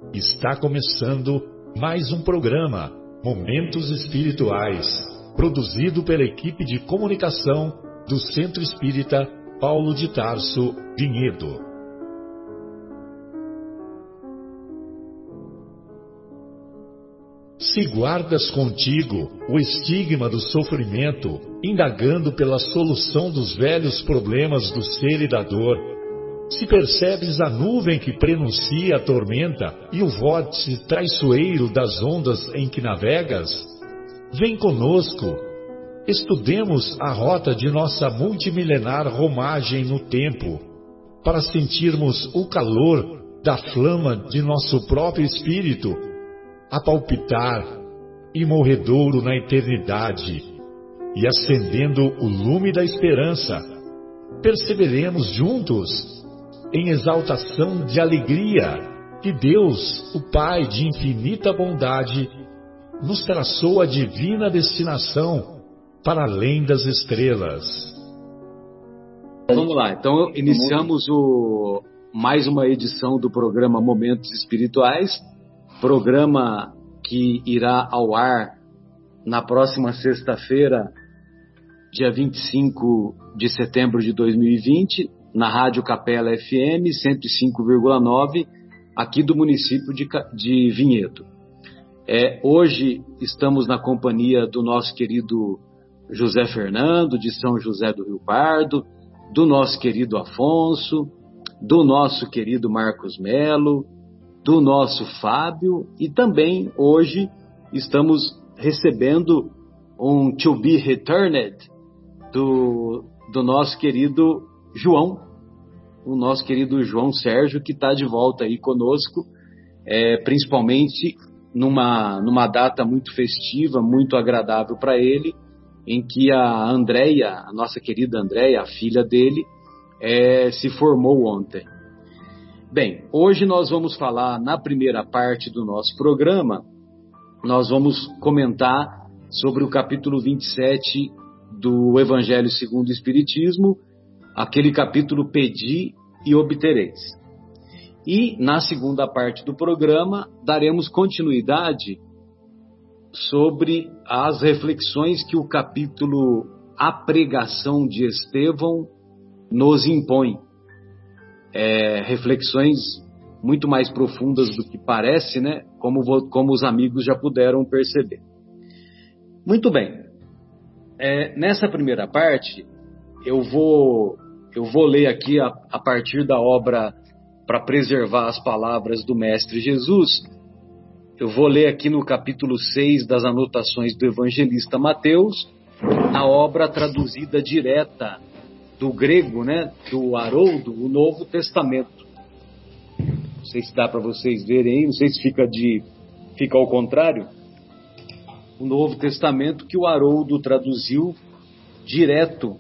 Está começando mais um programa, Momentos Espirituais, produzido pela equipe de comunicação do Centro Espírita Paulo de Tarso, Vinhedo. Se guardas contigo o estigma do sofrimento, indagando pela solução dos velhos problemas do ser e da dor, se percebes a nuvem que prenuncia a tormenta e o vórtice traiçoeiro das ondas em que navegas, vem conosco, estudemos a rota de nossa multimilenar romagem no tempo, para sentirmos o calor da flama de nosso próprio espírito, a palpitar, imorredouro na eternidade, e acendendo o lume da esperança, perseveremos juntos, em exaltação de alegria, que Deus, o Pai de infinita bondade, nos traçou a divina destinação para além das estrelas. Vamos lá, então iniciamos mais uma edição do programa Momentos Espirituais, programa que irá ao ar na próxima sexta-feira, dia 25 de setembro de 2020, na Rádio Capela FM 105,9, aqui do município de Vinhedo. Hoje estamos na companhia do nosso querido José Fernando, de São José do Rio Pardo, do nosso querido Afonso, do nosso querido Marcos Melo, do nosso Fábio, e também hoje estamos recebendo um To Be Returned do nosso querido João, o nosso querido João Sérgio, que está de volta aí conosco, principalmente numa data muito festiva, muito agradável para ele, em que a Andréia, a nossa querida Andréia, a filha dele, se formou ontem. Bem, hoje nós vamos falar, na primeira parte do nosso programa, nós vamos comentar sobre o capítulo 27 do Evangelho segundo o Espiritismo, aquele capítulo Pedi e Obtereis. E, na segunda parte do programa, daremos continuidade sobre as reflexões que o capítulo A Pregação de Estevão nos impõe. Reflexões muito mais profundas do que parece, né? Como os amigos já puderam perceber. Muito bem. Nessa primeira parte, eu vou ler aqui a partir da obra Para Preservar as Palavras do Mestre Jesus. Eu vou ler aqui no capítulo 6 das anotações do evangelista Mateus, a obra traduzida direta do grego, né, do Haroldo, o Novo Testamento. Não sei se dá para vocês verem aí, não sei se fica ao contrário. O Novo Testamento que o Haroldo traduziu direto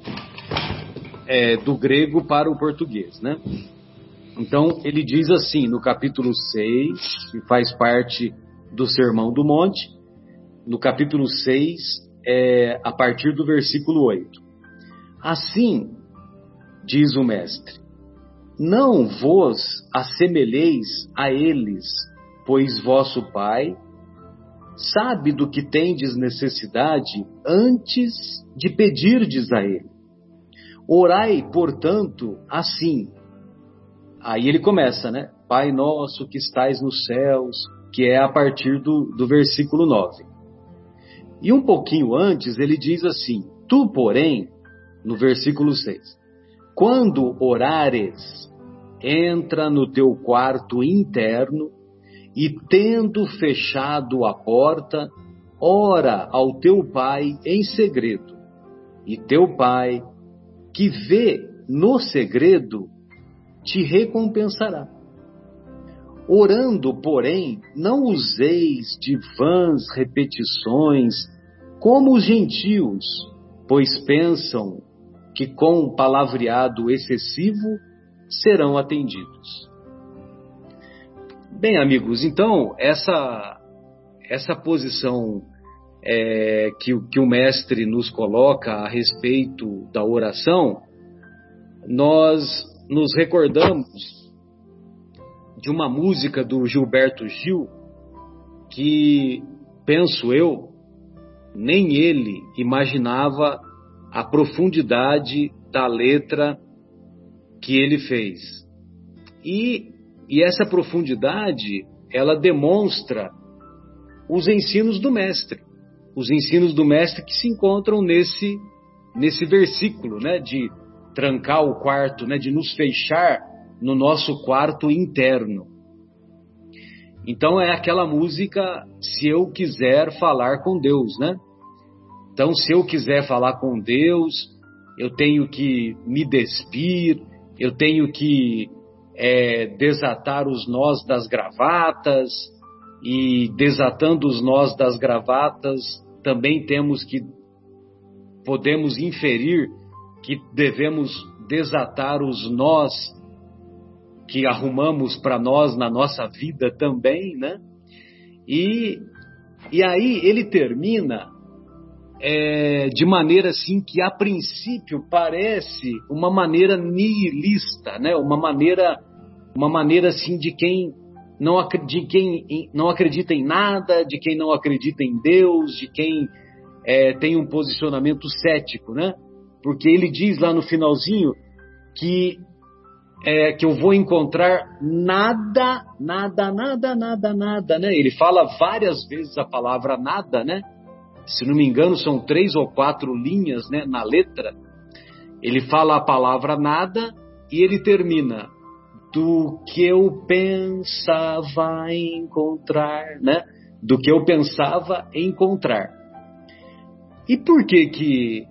do grego para o português, né? Então, ele diz assim, no capítulo 6, que faz parte do Sermão do Monte, no capítulo 6, a partir do versículo 8. Assim, diz o Mestre, não vos assemelheis a eles, pois vosso Pai sabe do que tendes necessidade antes de pedirdes a Ele. Orai, portanto, assim. Aí ele começa, né? Pai nosso que estais nos céus, que é a partir do versículo 9. E um pouquinho antes ele diz assim, tu, porém, no versículo 6, quando orares, entra no teu quarto interno e, tendo fechado a porta, ora ao teu Pai em segredo. E teu Pai, que vê no segredo, te recompensará. Orando, porém, não useis de vãs repetições, como os gentios, pois pensam que com palavreado excessivo serão atendidos. Bem, amigos, então, essa posição que o mestre nos coloca a respeito da oração, nós nos recordamos de uma música do Gilberto Gil que, penso eu, nem ele imaginava a profundidade da letra que ele fez. E essa profundidade, ela demonstra os ensinos do Mestre. Os ensinos do Mestre que se encontram nesse versículo, né? De trancar o quarto, né? De nos fechar no nosso quarto interno. Então é aquela música, se eu quiser falar com Deus, né? Então, se eu quiser falar com Deus, eu tenho que me despir, eu tenho que desatar os nós das gravatas, e desatando os nós das gravatas, também podemos inferir que devemos desatar os nós que arrumamos para nós na nossa vida também, né? E aí ele termina de maneira assim que a princípio parece uma maneira nihilista, né? Uma maneira assim de quem não acredita em nada, de quem não acredita em Deus, de quem tem um posicionamento cético, né? Porque ele diz lá no finalzinho que eu vou encontrar nada, né? Ele fala várias vezes a palavra nada, né? Se não me engano, são 3 ou 4 linhas, né, na letra. Ele fala a palavra nada e ele termina do que eu pensava encontrar, né? Do que eu pensava encontrar. E por que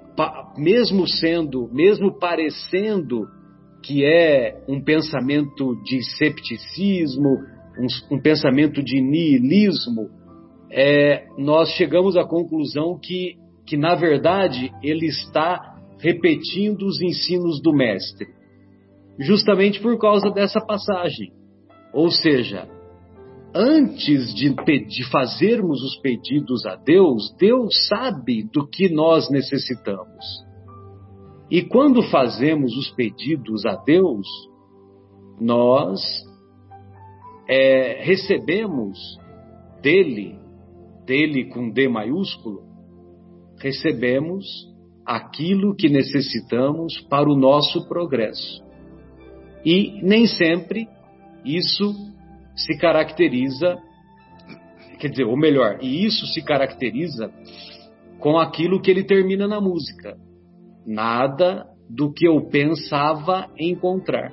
mesmo parecendo que é um pensamento de cepticismo, um pensamento de niilismo, nós chegamos à conclusão que na verdade ele está repetindo os ensinos do Mestre, justamente por causa dessa passagem. Ou seja, antes de fazermos os pedidos a Deus, Deus sabe do que nós necessitamos. E quando fazemos os pedidos a Deus, nós recebemos dele com D maiúsculo, recebemos aquilo que necessitamos para o nosso progresso. E nem sempre isso se caracteriza, isso se caracteriza com aquilo que ele termina na música. Nada do que eu pensava encontrar.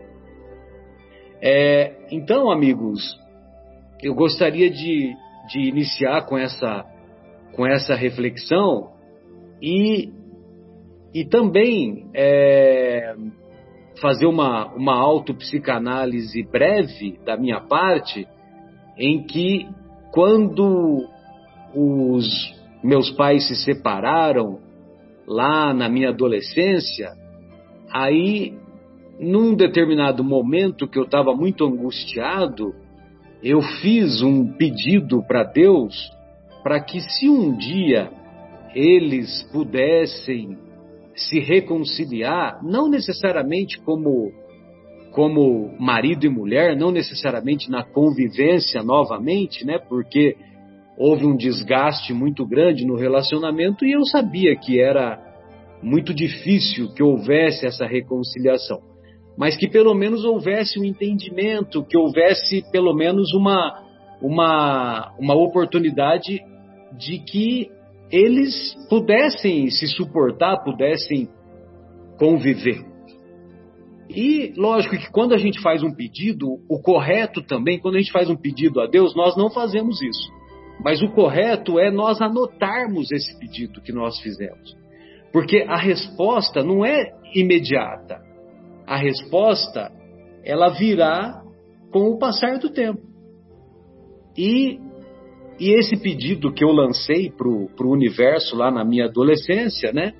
Então, amigos, eu gostaria de iniciar com essa reflexão e também fazer uma autopsicanálise breve da minha parte, em que quando os meus pais se separaram lá na minha adolescência, aí num determinado momento que eu estava muito angustiado, eu fiz um pedido para Deus para que, se um dia eles pudessem se reconciliar, não necessariamente como marido e mulher, não necessariamente na convivência novamente, né? Porque houve um desgaste muito grande no relacionamento e eu sabia que era muito difícil que houvesse essa reconciliação, mas que pelo menos houvesse um entendimento, que houvesse pelo menos uma oportunidade de que eles pudessem se suportar, pudessem conviver. E lógico que quando a gente faz um pedido, o correto também, quando a gente faz um pedido a Deus, nós não fazemos isso. Mas o correto é nós anotarmos esse pedido que nós fizemos. Porque a resposta não é imediata. A resposta, ela virá com o passar do tempo. E esse pedido que eu lancei para o universo lá na minha adolescência, né?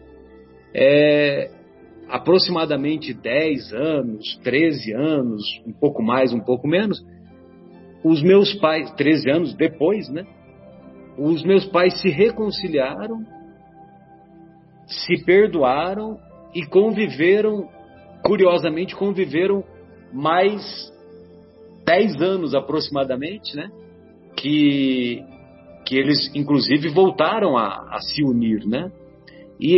Aproximadamente 10 anos, 13 anos, um pouco mais, um pouco menos, os meus pais, 13 anos depois, né? Os meus pais se reconciliaram, se perdoaram e conviveram, curiosamente conviveram mais 10 anos aproximadamente, né? Que eles, inclusive, voltaram a se unir, né? E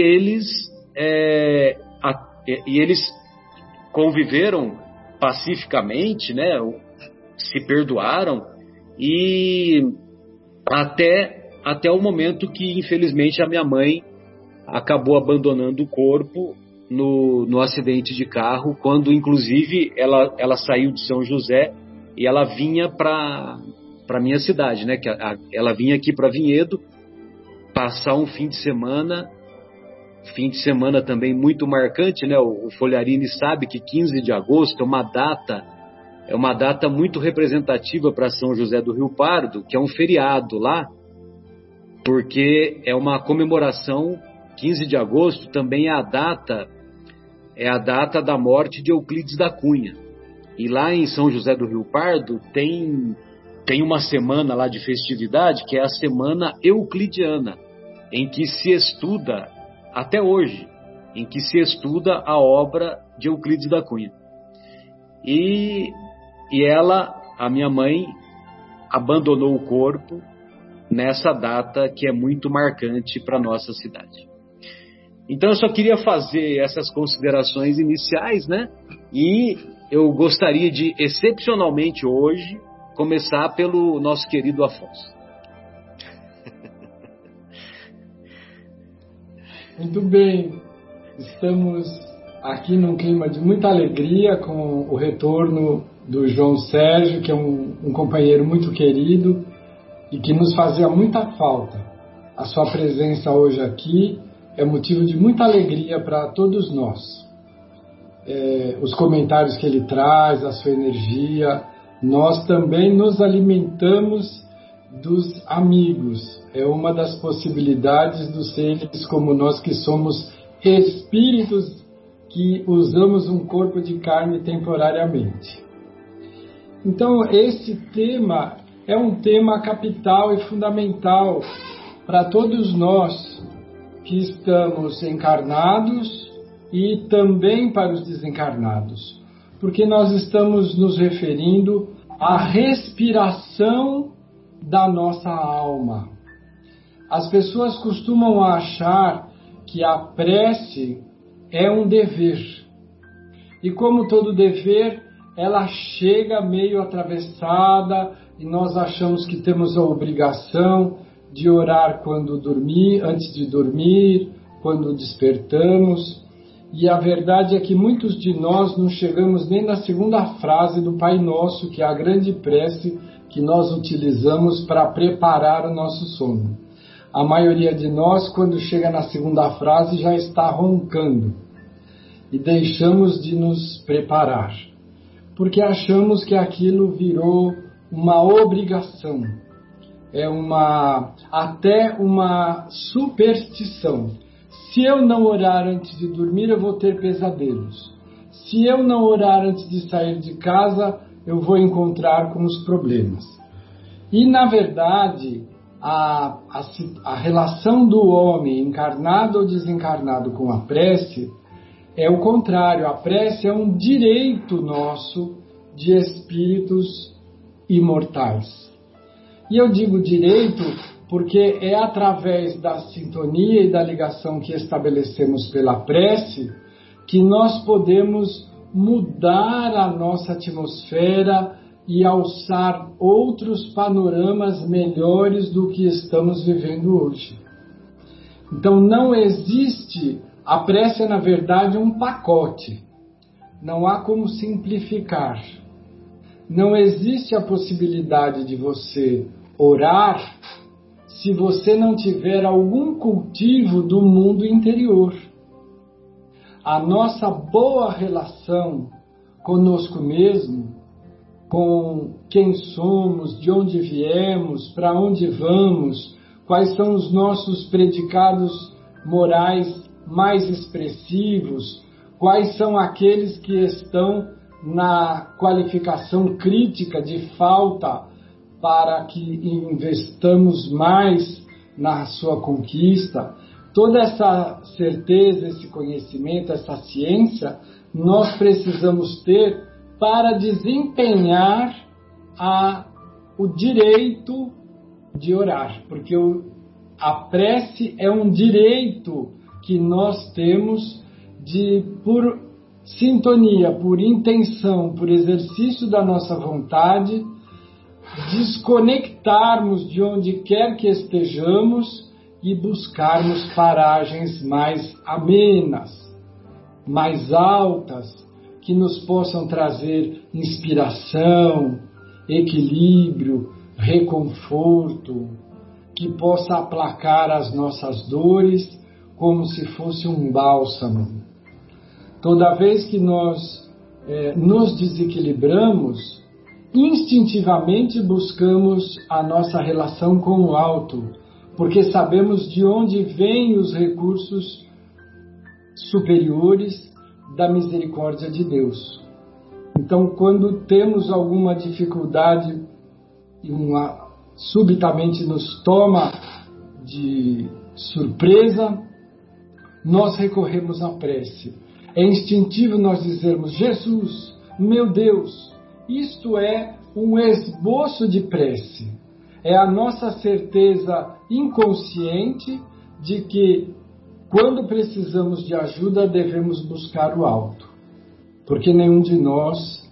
eles conviveram pacificamente, né? Se perdoaram e até o momento que, infelizmente, a minha mãe acabou abandonando o corpo no acidente de carro, quando, inclusive, ela saiu de São José e ela vinha para minha cidade, né? Ela vinha aqui para Vinhedo passar um fim de semana também muito marcante, né? O Folharini sabe que 15 de agosto é uma data muito representativa para São José do Rio Pardo, que é um feriado lá, porque é uma comemoração. 15 de agosto também é a data da morte de Euclides da Cunha. E lá em São José do Rio Pardo tem uma semana lá de festividade, que é a Semana Euclidiana, em que se estuda, até hoje, em que se estuda a obra de Euclides da Cunha. E ela, a minha mãe, abandonou o corpo nessa data que é muito marcante para a nossa cidade. Então eu só queria fazer essas considerações iniciais, né? E eu gostaria de, excepcionalmente hoje, começar pelo nosso querido Afonso. Muito bem, estamos aqui num clima de muita alegria com o retorno do João Sérgio, que é um companheiro muito querido e que nos fazia muita falta. A sua presença hoje aqui é motivo de muita alegria para todos nós. Os comentários que ele traz, a sua energia, nós também nos alimentamos dos amigos. É uma das possibilidades dos seres como nós, que somos espíritos que usamos um corpo de carne temporariamente. Então, esse tema é um tema capital e fundamental para todos nós que estamos encarnados e também para os desencarnados, porque nós estamos nos referindo à respiração da nossa alma. As pessoas costumam achar que a prece é um dever, e como todo dever, ela chega meio atravessada e nós achamos que temos a obrigação de orar quando dormir, antes de dormir, quando despertamos. E a verdade é que muitos de nós não chegamos nem na segunda frase do Pai Nosso, que é a grande prece que nós utilizamos para preparar o nosso sono. A maioria de nós, quando chega na segunda frase, já está roncando e deixamos de nos preparar, porque achamos que aquilo virou uma obrigação, até uma superstição. Se eu não orar antes de dormir, eu vou ter pesadelos. Se eu não orar antes de sair de casa, eu vou encontrar com os problemas. E, na verdade, a relação do homem, encarnado ou desencarnado, com a prece é o contrário. A prece é um direito nosso de espíritos imortais. E eu digo direito porque é através da sintonia e da ligação que estabelecemos pela prece que nós podemos mudar a nossa atmosfera e alçar outros panoramas melhores do que estamos vivendo hoje. Então não existe, a prece é na verdade um pacote, não há como simplificar. Não existe a possibilidade de você orar se você não tiver algum cultivo do mundo interior. A nossa boa relação conosco mesmo, com quem somos, de onde viemos, para onde vamos, quais são os nossos predicados morais mais expressivos, quais são aqueles que estão na qualificação crítica de falta para que investamos mais na sua conquista. Toda essa certeza, esse conhecimento, essa ciência, nós precisamos ter para desempenhar o direito de orar, porque a prece é um direito que nós temos por sintonia, por intenção, por exercício da nossa vontade, desconectarmos de onde quer que estejamos e buscarmos paragens mais amenas, mais altas, que nos possam trazer inspiração, equilíbrio, reconforto, que possa aplacar as nossas dores como se fosse um bálsamo. Toda vez que nós nos desequilibramos, instintivamente buscamos a nossa relação com o alto, porque sabemos de onde vêm os recursos superiores da misericórdia de Deus. Então, quando temos alguma dificuldade e subitamente nos toma de surpresa, nós recorremos à prece. É instintivo nós dizermos: Jesus, meu Deus. Isto é um esboço de prece. É a nossa certeza inconsciente de que, quando precisamos de ajuda, devemos buscar o alto. Porque nenhum de nós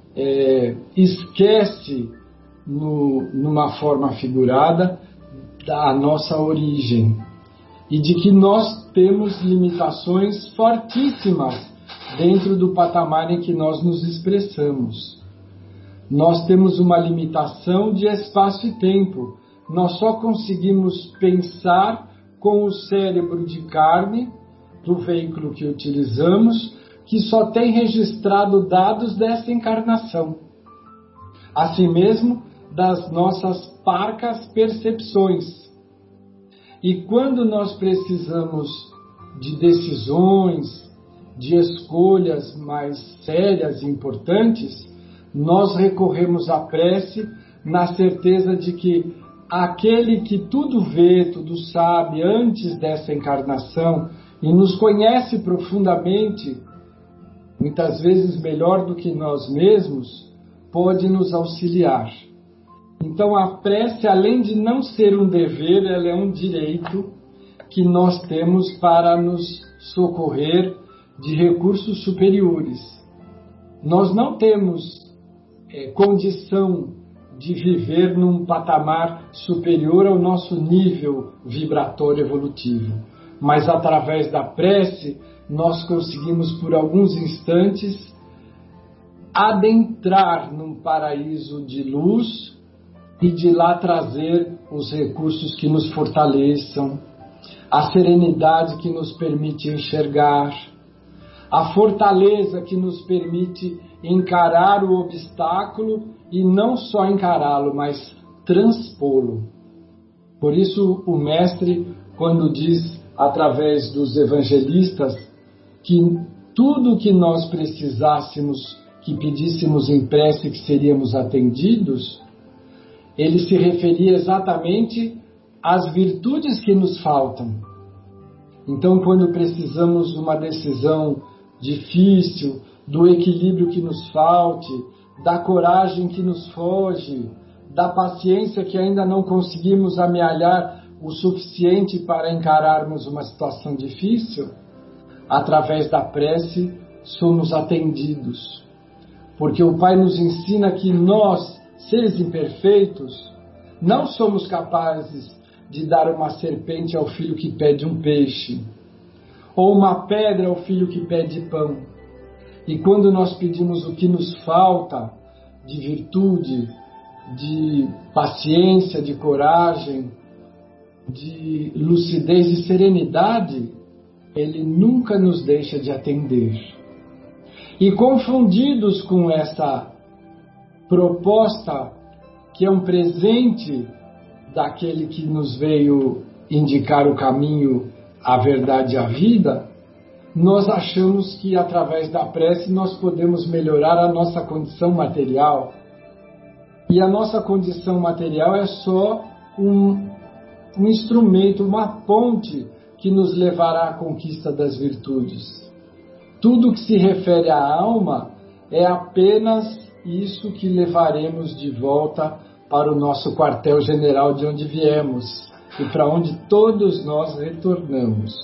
esquece, numa forma figurada, da nossa origem. E de que nós temos limitações fortíssimas dentro do patamar em que nós nos expressamos. Nós temos uma limitação de espaço e tempo. Nós só conseguimos pensar com o cérebro de carne, do veículo que utilizamos, que só tem registrado dados dessa encarnação. Assim mesmo, das nossas parcas percepções. E quando nós precisamos de decisões, de escolhas mais sérias e importantes, nós recorremos à prece na certeza de que aquele que tudo vê, tudo sabe antes dessa encarnação e nos conhece profundamente, muitas vezes melhor do que nós mesmos, pode nos auxiliar. Então a prece, além de não ser um dever, ela é um direito que nós temos para nos socorrer de recursos superiores. Nós não temos condição de viver num patamar superior ao nosso nível vibratório evolutivo. Mas através da prece, nós conseguimos por alguns instantes adentrar num paraíso de luz e de lá trazer os recursos que nos fortaleçam, a serenidade que nos permite enxergar, a fortaleza que nos permite encarar o obstáculo e não só encará-lo, mas transpô-lo. Por isso o Mestre, quando diz através dos evangelistas que tudo que nós precisássemos, que pedíssemos em prece, que seríamos atendidos, ele se referia exatamente às virtudes que nos faltam. Então, quando precisamos de uma decisão difícil, do equilíbrio que nos falte, da coragem que nos foge, da paciência que ainda não conseguimos amealhar o suficiente para encararmos uma situação difícil, através da prece somos atendidos. Porque o Pai nos ensina que nós, seres imperfeitos, não somos capazes de dar uma serpente ao filho que pede um peixe, ou uma pedra ao filho que pede pão. E quando nós pedimos o que nos falta de virtude, de paciência, de coragem, de lucidez e serenidade, ele nunca nos deixa de atender. E confundidos com essa proposta, que é um presente daquele que nos veio indicar o caminho, a verdade e a vida, nós achamos que através da prece nós podemos melhorar a nossa condição material. E a nossa condição material é só um instrumento, uma ponte que nos levará à conquista das virtudes. Tudo que se refere à alma é apenas isso que levaremos de volta para o nosso quartel-general de onde viemos e para onde todos nós retornamos.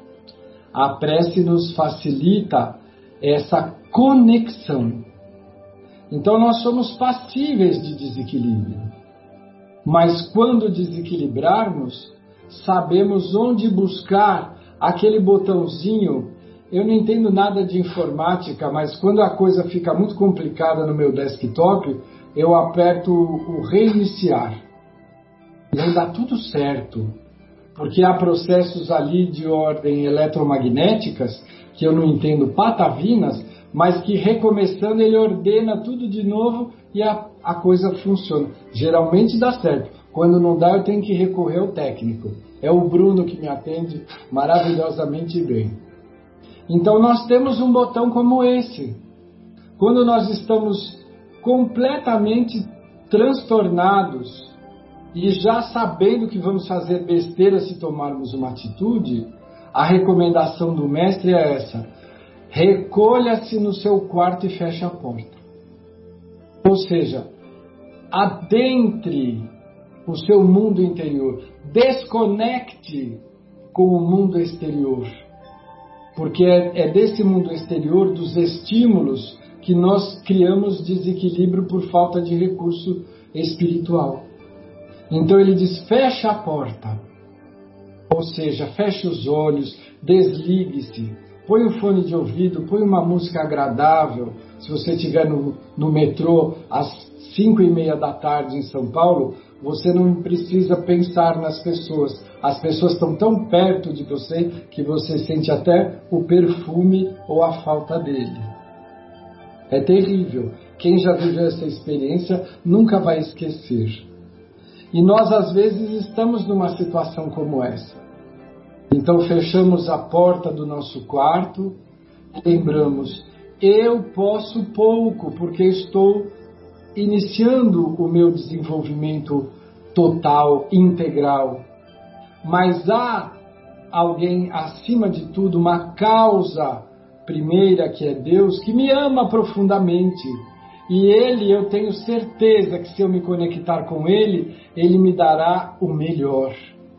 A prece nos facilita essa conexão. Então nós somos passíveis de desequilíbrio. Mas quando desequilibrarmos, sabemos onde buscar aquele botãozinho. Eu não entendo nada de informática, mas quando a coisa fica muito complicada no meu desktop, eu aperto o reiniciar. E aí dá tudo certo. Porque há processos ali de ordem eletromagnéticas, que eu não entendo patavinas, mas que recomeçando ele ordena tudo de novo e a coisa funciona. Geralmente dá certo. Quando não dá, eu tenho que recorrer ao técnico. É o Bruno que me atende maravilhosamente bem. Então nós temos um botão como esse. Quando nós estamos completamente transtornados e já sabendo que vamos fazer besteira se tomarmos uma atitude, a recomendação do mestre é essa: recolha-se no seu quarto e feche a porta. Ou seja, adentre o seu mundo interior, desconecte com o mundo exterior, porque é desse mundo exterior, dos estímulos, que nós criamos desequilíbrio por falta de recurso espiritual. Então ele diz: fecha a porta, ou seja, feche os olhos, desligue-se, põe um fone de ouvido, põe uma música agradável. Se você estiver no metrô às 5:30 da tarde em São Paulo, você não precisa pensar nas pessoas. As pessoas estão tão perto de você que você sente até o perfume ou a falta dele. É terrível. Quem já viveu essa experiência nunca vai esquecer. E nós, às vezes, estamos numa situação como essa. Então, fechamos a porta do nosso quarto e lembramos: eu posso pouco, porque estou iniciando o meu desenvolvimento total, integral. Mas há alguém acima de tudo, uma causa primeira, que é Deus, que me ama profundamente. E Ele, eu tenho certeza que se eu me conectar com Ele, Ele me dará o melhor.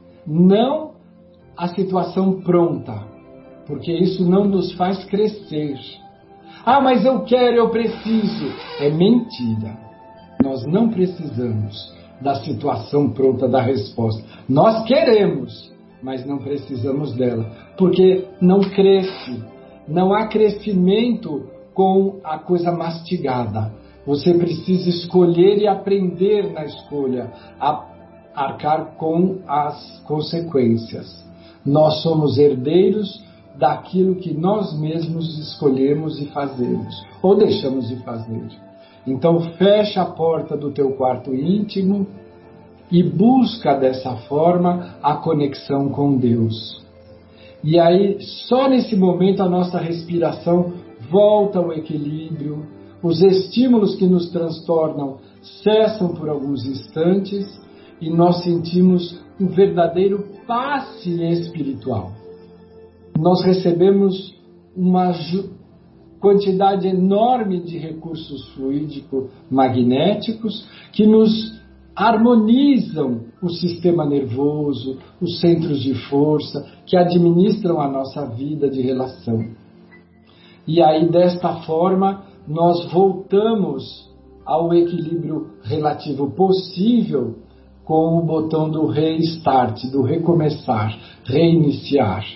Não a situação pronta, porque isso não nos faz crescer. Ah, mas eu quero, eu preciso. É mentira. Nós não precisamos da situação pronta, da resposta. Nós queremos, mas não precisamos dela, porque não cresce. Não há crescimento com a coisa mastigada. Você precisa escolher e aprender na escolha a arcar com as consequências. Nós somos herdeiros daquilo que nós mesmos escolhemos e fazemos, ou deixamos de fazer. Então fecha a porta do teu quarto íntimo e busca dessa forma a conexão com Deus. E aí, só nesse momento, a nossa respiração volta ao equilíbrio, os estímulos que nos transtornam cessam por alguns instantes e nós sentimos um verdadeiro passe espiritual. Nós recebemos uma quantidade enorme de recursos fluídico-magnéticos que nos harmonizam o sistema nervoso, os centros de força, que administram a nossa vida de relação. E aí, desta forma, nós voltamos ao equilíbrio relativo possível com o botão do restart, do recomeçar, reiniciar.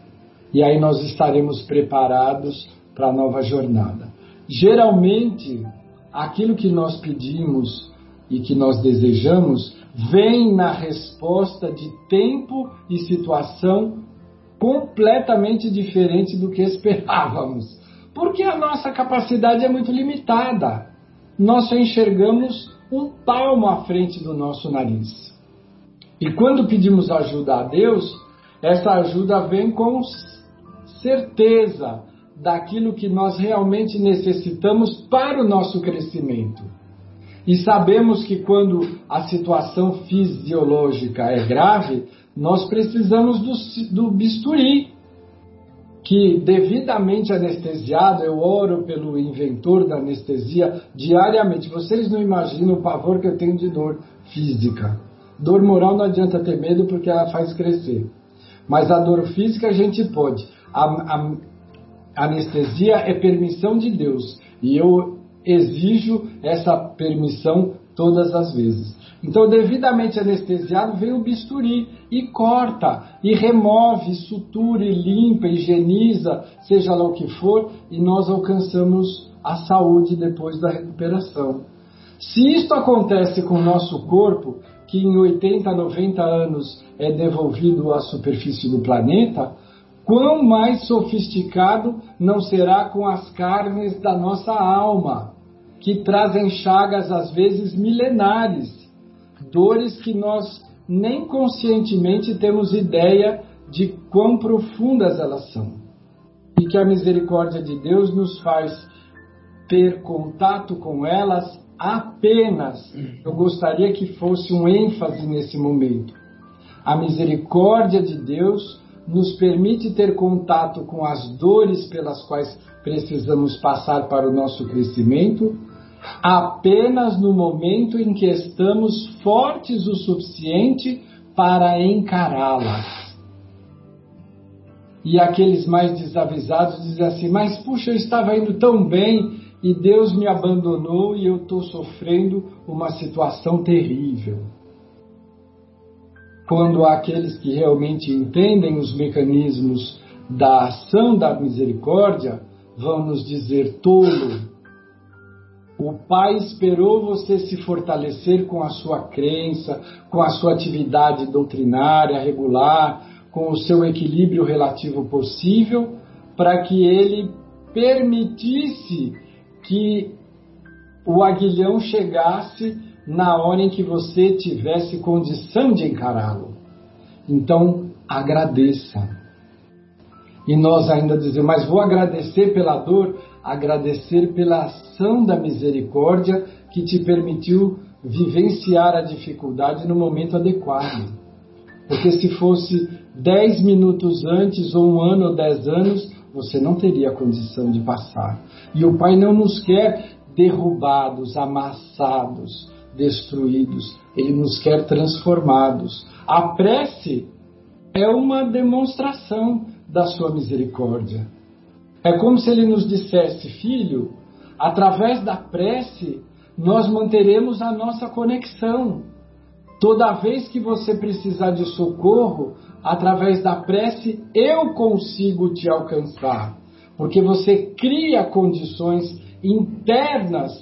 E aí nós estaremos preparados para a nova jornada. Geralmente, aquilo que nós pedimos e que nós desejamos vem na resposta de tempo e situação completamente diferente do que esperávamos. Porque a nossa capacidade é muito limitada. Nós só enxergamos um palmo à frente do nosso nariz. E quando pedimos ajuda a Deus, essa ajuda vem com certeza daquilo que nós realmente necessitamos para o nosso crescimento. E sabemos que quando a situação fisiológica é grave, nós precisamos do bisturi, que, devidamente anestesiado, eu oro pelo inventor da anestesia diariamente. Vocês não imaginam o pavor que eu tenho de dor física. Dor moral não adianta ter medo porque ela faz crescer. Mas a dor física a gente pode. A anestesia é permissão de Deus. E eu exijo essa permissão todas as vezes. Então, devidamente anestesiado, vem o bisturi e corta, e remove, sutura, e limpa, higieniza, seja lá o que for, e nós alcançamos a saúde depois da recuperação. Se isto acontece com o nosso corpo, que em 80, 90 anos é devolvido à superfície do planeta, quão mais sofisticado não será com as carnes da nossa alma, que trazem chagas às vezes milenares, dores que nós nem conscientemente temos ideia de quão profundas elas são. E que a misericórdia de Deus nos faz ter contato com elas apenas. Eu gostaria que fosse um ênfase nesse momento. A misericórdia de Deus nos permite ter contato com as dores pelas quais precisamos passar para o nosso crescimento, apenas no momento em que estamos fortes o suficiente para encará-las. E aqueles mais desavisados dizem assim: mas puxa, eu estava indo tão bem e Deus me abandonou e eu estou sofrendo uma situação terrível. Quando aqueles que realmente entendem os mecanismos da ação da misericórdia vão nos dizer: tolo, o Pai esperou você se fortalecer com a sua crença, com a sua atividade doutrinária regular, com o seu equilíbrio relativo possível, para que Ele permitisse que o aguilhão chegasse na hora em que você tivesse condição de encará-lo. Então, agradeça. E nós ainda dizemos: mas vou agradecer pela dor? Agradecer pela ação da misericórdia que te permitiu vivenciar a dificuldade no momento adequado. Porque se fosse 10 minutos antes, ou 1 ano, ou 10 anos, você não teria condição de passar. E o Pai não nos quer derrubados, amassados, destruídos. Ele nos quer transformados. A prece é uma demonstração da sua misericórdia. É como se Ele nos dissesse: filho, através da prece, nós manteremos a nossa conexão. Toda vez que você precisar de socorro, através da prece, eu consigo te alcançar. Porque você cria condições internas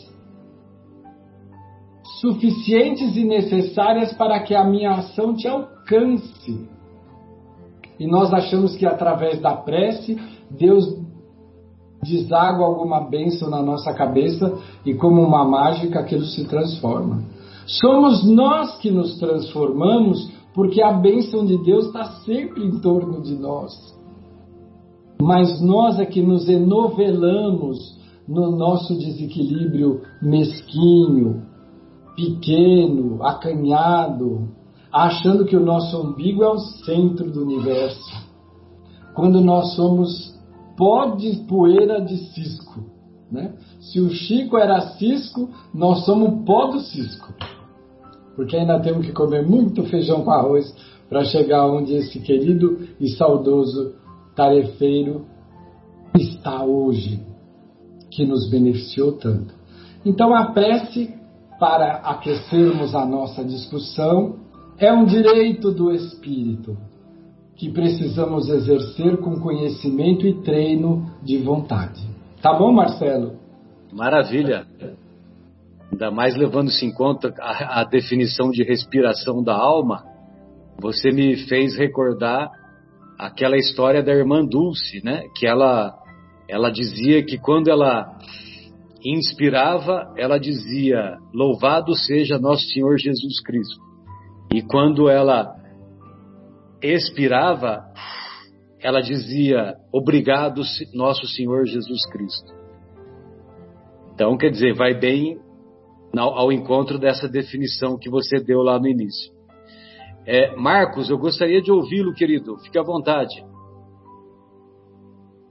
suficientes e necessárias para que a minha ação te alcance. E nós achamos que através da prece, Deus deságua alguma bênção na nossa cabeça e, como uma mágica, aquilo se transforma. Somos nós que nos transformamos, porque a bênção de Deus está sempre em torno de nós. Mas nós é que nos enovelamos no nosso desequilíbrio mesquinho, pequeno, acanhado, achando que o nosso umbigo é o centro do universo, quando nós somos pó de poeira de cisco, né? Se o Chico era cisco, nós somos pó do cisco, porque ainda temos que comer muito feijão com arroz para chegar onde esse querido e saudoso tarefeiro está hoje, que nos beneficiou tanto. Então a prece, para aquecermos a nossa discussão, é um direito do espírito que precisamos exercer com conhecimento e treino de vontade. Tá bom, Marcelo? Maravilha. Ainda mais levando-se em conta a definição de respiração da alma, você me fez recordar aquela história da irmã Dulce, né? Que ela dizia que quando ela inspirava, ela dizia: louvado seja nosso Senhor Jesus Cristo. E quando ela expirava, ela dizia: obrigado nosso Senhor Jesus Cristo. Então, quer dizer, vai bem ao encontro dessa definição que você deu lá no início. Marcos, eu gostaria de ouvi-lo, querido. Fique à vontade.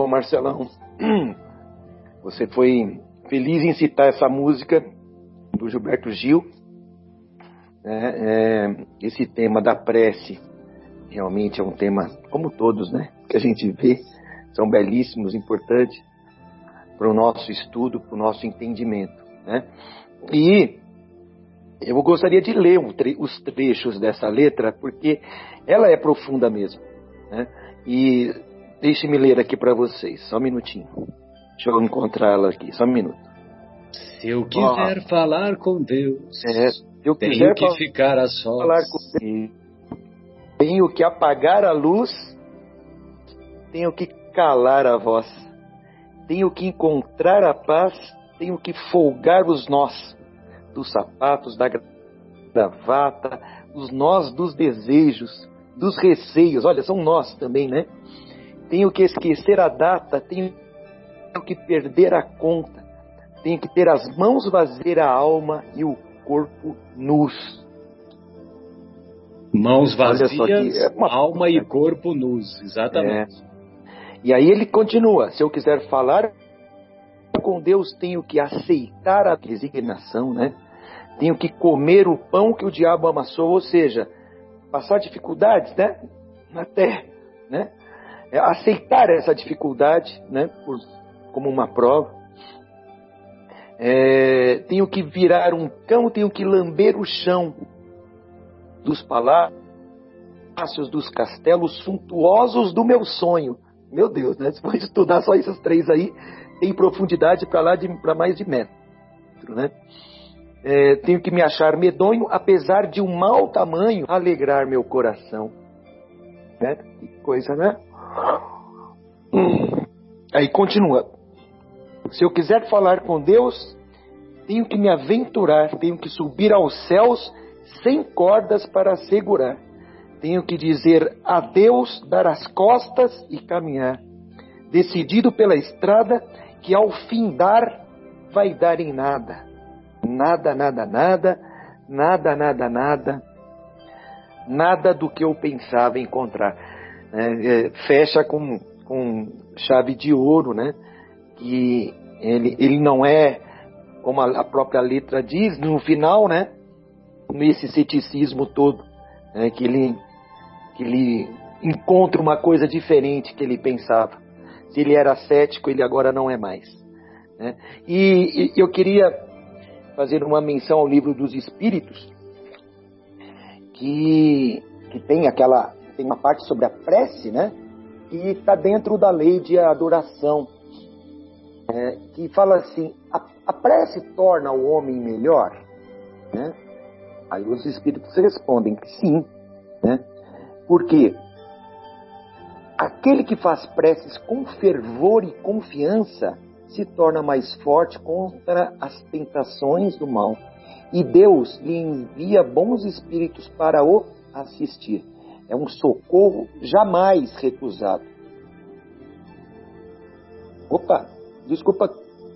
Marcelão, você foi feliz em citar essa música do Gilberto Gil. Esse tema da prece realmente é um tema, como todos, né, que a gente vê, são belíssimos, importantes para o nosso estudo, para o nosso entendimento, né? E eu gostaria de ler os trechos dessa letra, porque ela é profunda mesmo, né? E deixe-me ler aqui para vocês, só um minutinho. Deixa eu encontrar ela aqui, só um minuto. Se eu quiser falar com Deus, eu tenho que ficar a sós. Falar com Deus, tenho que apagar a luz, tenho que calar a voz, tenho que encontrar a paz, tenho que folgar os nós dos sapatos, da gravata, os nós dos desejos, dos receios. Olha, são nós também, né? Tenho que esquecer a data, tenho que perder a conta, tenho que ter as mãos vazias, a alma e o corpo nus. Mãos vazias, alma e corpo nus, exatamente. E aí ele continua, se eu quiser falar com Deus, tenho que aceitar a designação, né? Tenho que comer o pão que o diabo amassou, ou seja, passar dificuldades, né? Até, né? Aceitar essa dificuldade, né? Como uma prova. Tenho que virar um cão, tenho que lamber o chão dos palácios, dos castelos suntuosos do meu sonho. Meu Deus, né? Se for estudar só esses três aí, tem profundidade para mais de metro, né? Tenho que me achar medonho, apesar de um mau tamanho, alegrar meu coração. Né? Que coisa, né? Aí continua. Se eu quiser falar com Deus, tenho que me aventurar, tenho que subir aos céus sem cordas para segurar. Tenho que dizer adeus, dar as costas e caminhar. Decidido pela estrada que ao findar vai dar em nada. Nada, nada, nada, nada, nada, nada, nada do que eu pensava encontrar. Fecha com chave de ouro, né? Que ele não é, como a própria letra diz, no final, né? Nesse ceticismo todo, né? Que ele encontra uma coisa diferente que ele pensava. Se ele era cético, ele agora não é mais, né? E eu queria fazer uma menção ao Livro dos Espíritos, que tem uma parte sobre a prece, né? Que está dentro da lei de adoração, que fala assim: a prece torna o homem melhor, né? Aí os Espíritos respondem que sim, né? Porque aquele que faz preces com fervor e confiança se torna mais forte contra as tentações do mal. E Deus lhe envia bons espíritos para o assistir. É um socorro jamais recusado. Desculpa,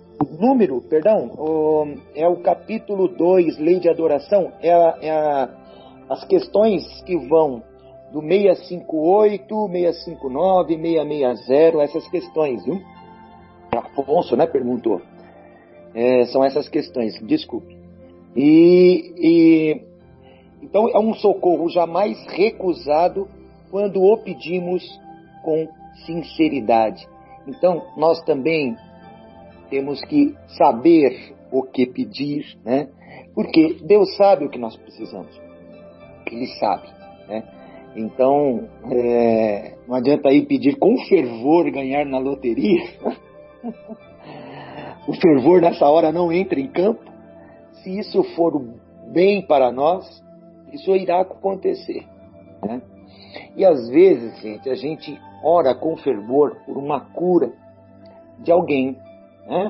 é o capítulo 2, Lei de Adoração, as questões que vão do 658, 659, 660, essas questões, viu? Afonso, né, perguntou. São essas questões, desculpe. Então é um socorro jamais recusado quando o pedimos com sinceridade. Então nós também temos que saber o que pedir, né? Porque Deus sabe o que nós precisamos. Ele sabe, né? Então não adianta aí pedir com fervor ganhar na loteria. O fervor nessa hora não entra em campo. Se isso for bem para nós, isso irá acontecer, né? E às vezes, gente, a gente ora com fervor por uma cura de alguém, né?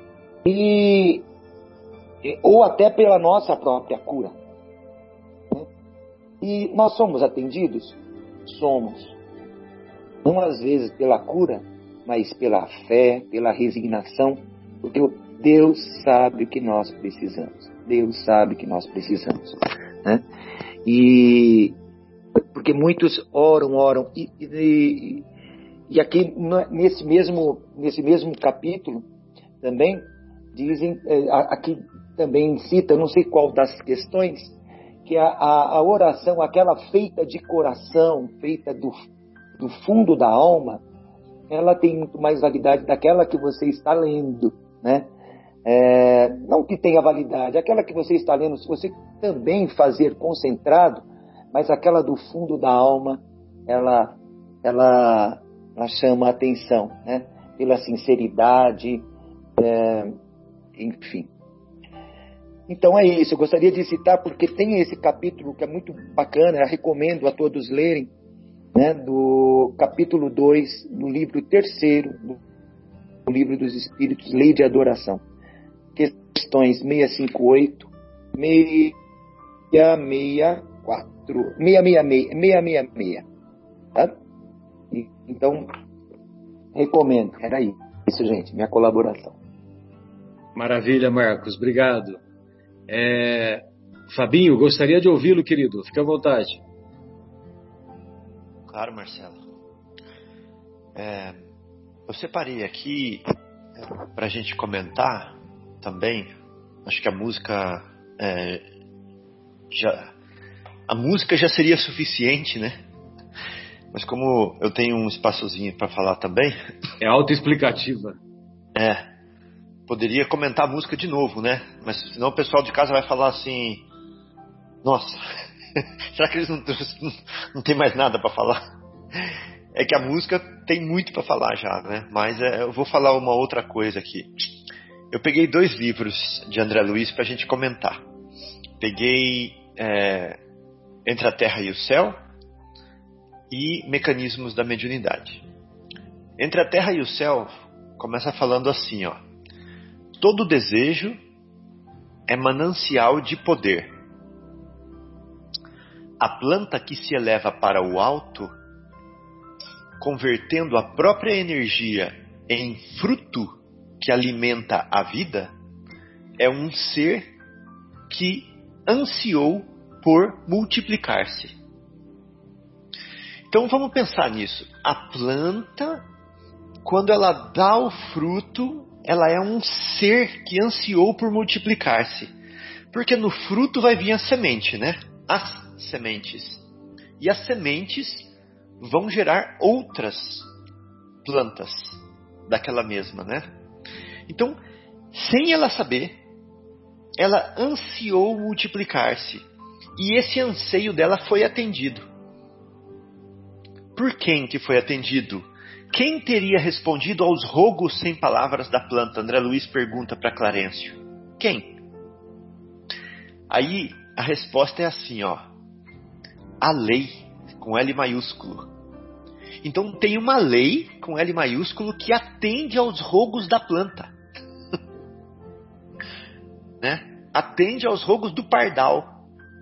Ou até pela nossa própria cura, né? E nós somos atendidos? Somos. Não às vezes pela cura, mas pela fé, pela resignação, porque Deus sabe o que nós precisamos. Deus sabe o que nós precisamos, né? E porque muitos oram E aqui nesse mesmo capítulo também dizem, aqui também cita, não sei qual das questões, que a oração, aquela feita de coração, feita do fundo da alma, ela tem muito mais validade daquela que você está lendo, né? Não que tenha validade, aquela que você está lendo, se você também fazer concentrado, mas aquela do fundo da alma, ela chama a atenção, né? Pela sinceridade, enfim. Então é isso, eu gostaria de citar porque tem esse capítulo que é muito bacana, eu recomendo a todos lerem, né? Do capítulo 2, no livro 3º, do Livro dos Espíritos, Lei de Adoração. Questões 658, 664, 666, tá? Então, recomendo. Era isso, gente, minha colaboração. Maravilha, Marcos, obrigado. Fabinho, gostaria de ouvi-lo, querido. Fique à vontade. Claro, Marcelo. Eu separei aqui para a gente comentar também. Acho que a música já seria suficiente, né? Mas como eu tenho um espaçozinho para falar também, é autoexplicativa. Poderia comentar a música de novo, né? Mas senão o pessoal de casa vai falar assim: nossa, será que eles não tem mais nada para falar? É que a música tem muito para falar já, né? Mas eu vou falar uma outra coisa aqui. Eu peguei 2 livros de André Luiz para a gente comentar. Peguei Entre a Terra e o Céu e Mecanismos da Mediunidade. Entre a Terra e o Céu começa falando assim, ó: todo desejo é manancial de poder. A planta que se eleva para o alto, convertendo a própria energia em fruto que alimenta a vida, é um ser que ansiou por multiplicar-se. Então vamos pensar nisso. A planta, quando ela dá o fruto, ela é um ser que ansiou por multiplicar-se. Porque no fruto vai vir a semente, né? As sementes. E as sementes vão gerar outras plantas daquela mesma, né? Então, sem ela saber, ela ansiou multiplicar-se. E esse anseio dela foi atendido. Por quem que foi atendido? Quem teria respondido aos rogos sem palavras da planta? André Luiz pergunta para Clarencio. Quem? Aí a resposta é assim, ó: a lei, com L maiúsculo. Então tem uma lei, com L maiúsculo, que atende aos rogos da planta. Né? Atende aos rogos do pardal.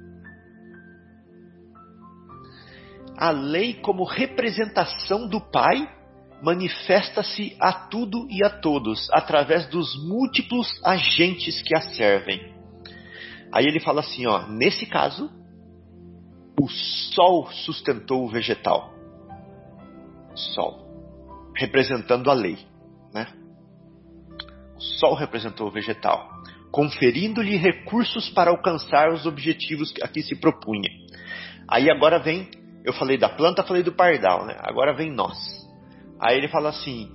A lei, como representação do Pai, manifesta-se a tudo e a todos, através dos múltiplos agentes que a servem. Aí ele fala assim, ó: nesse caso, o Sol sustentou o vegetal. Sol, representando a lei, né? O Sol representou o vegetal, conferindo-lhe recursos para alcançar os objetivos a que se propunha. Aí agora vem, eu falei da planta, falei do pardal, né? Agora vem nós. Aí ele fala assim: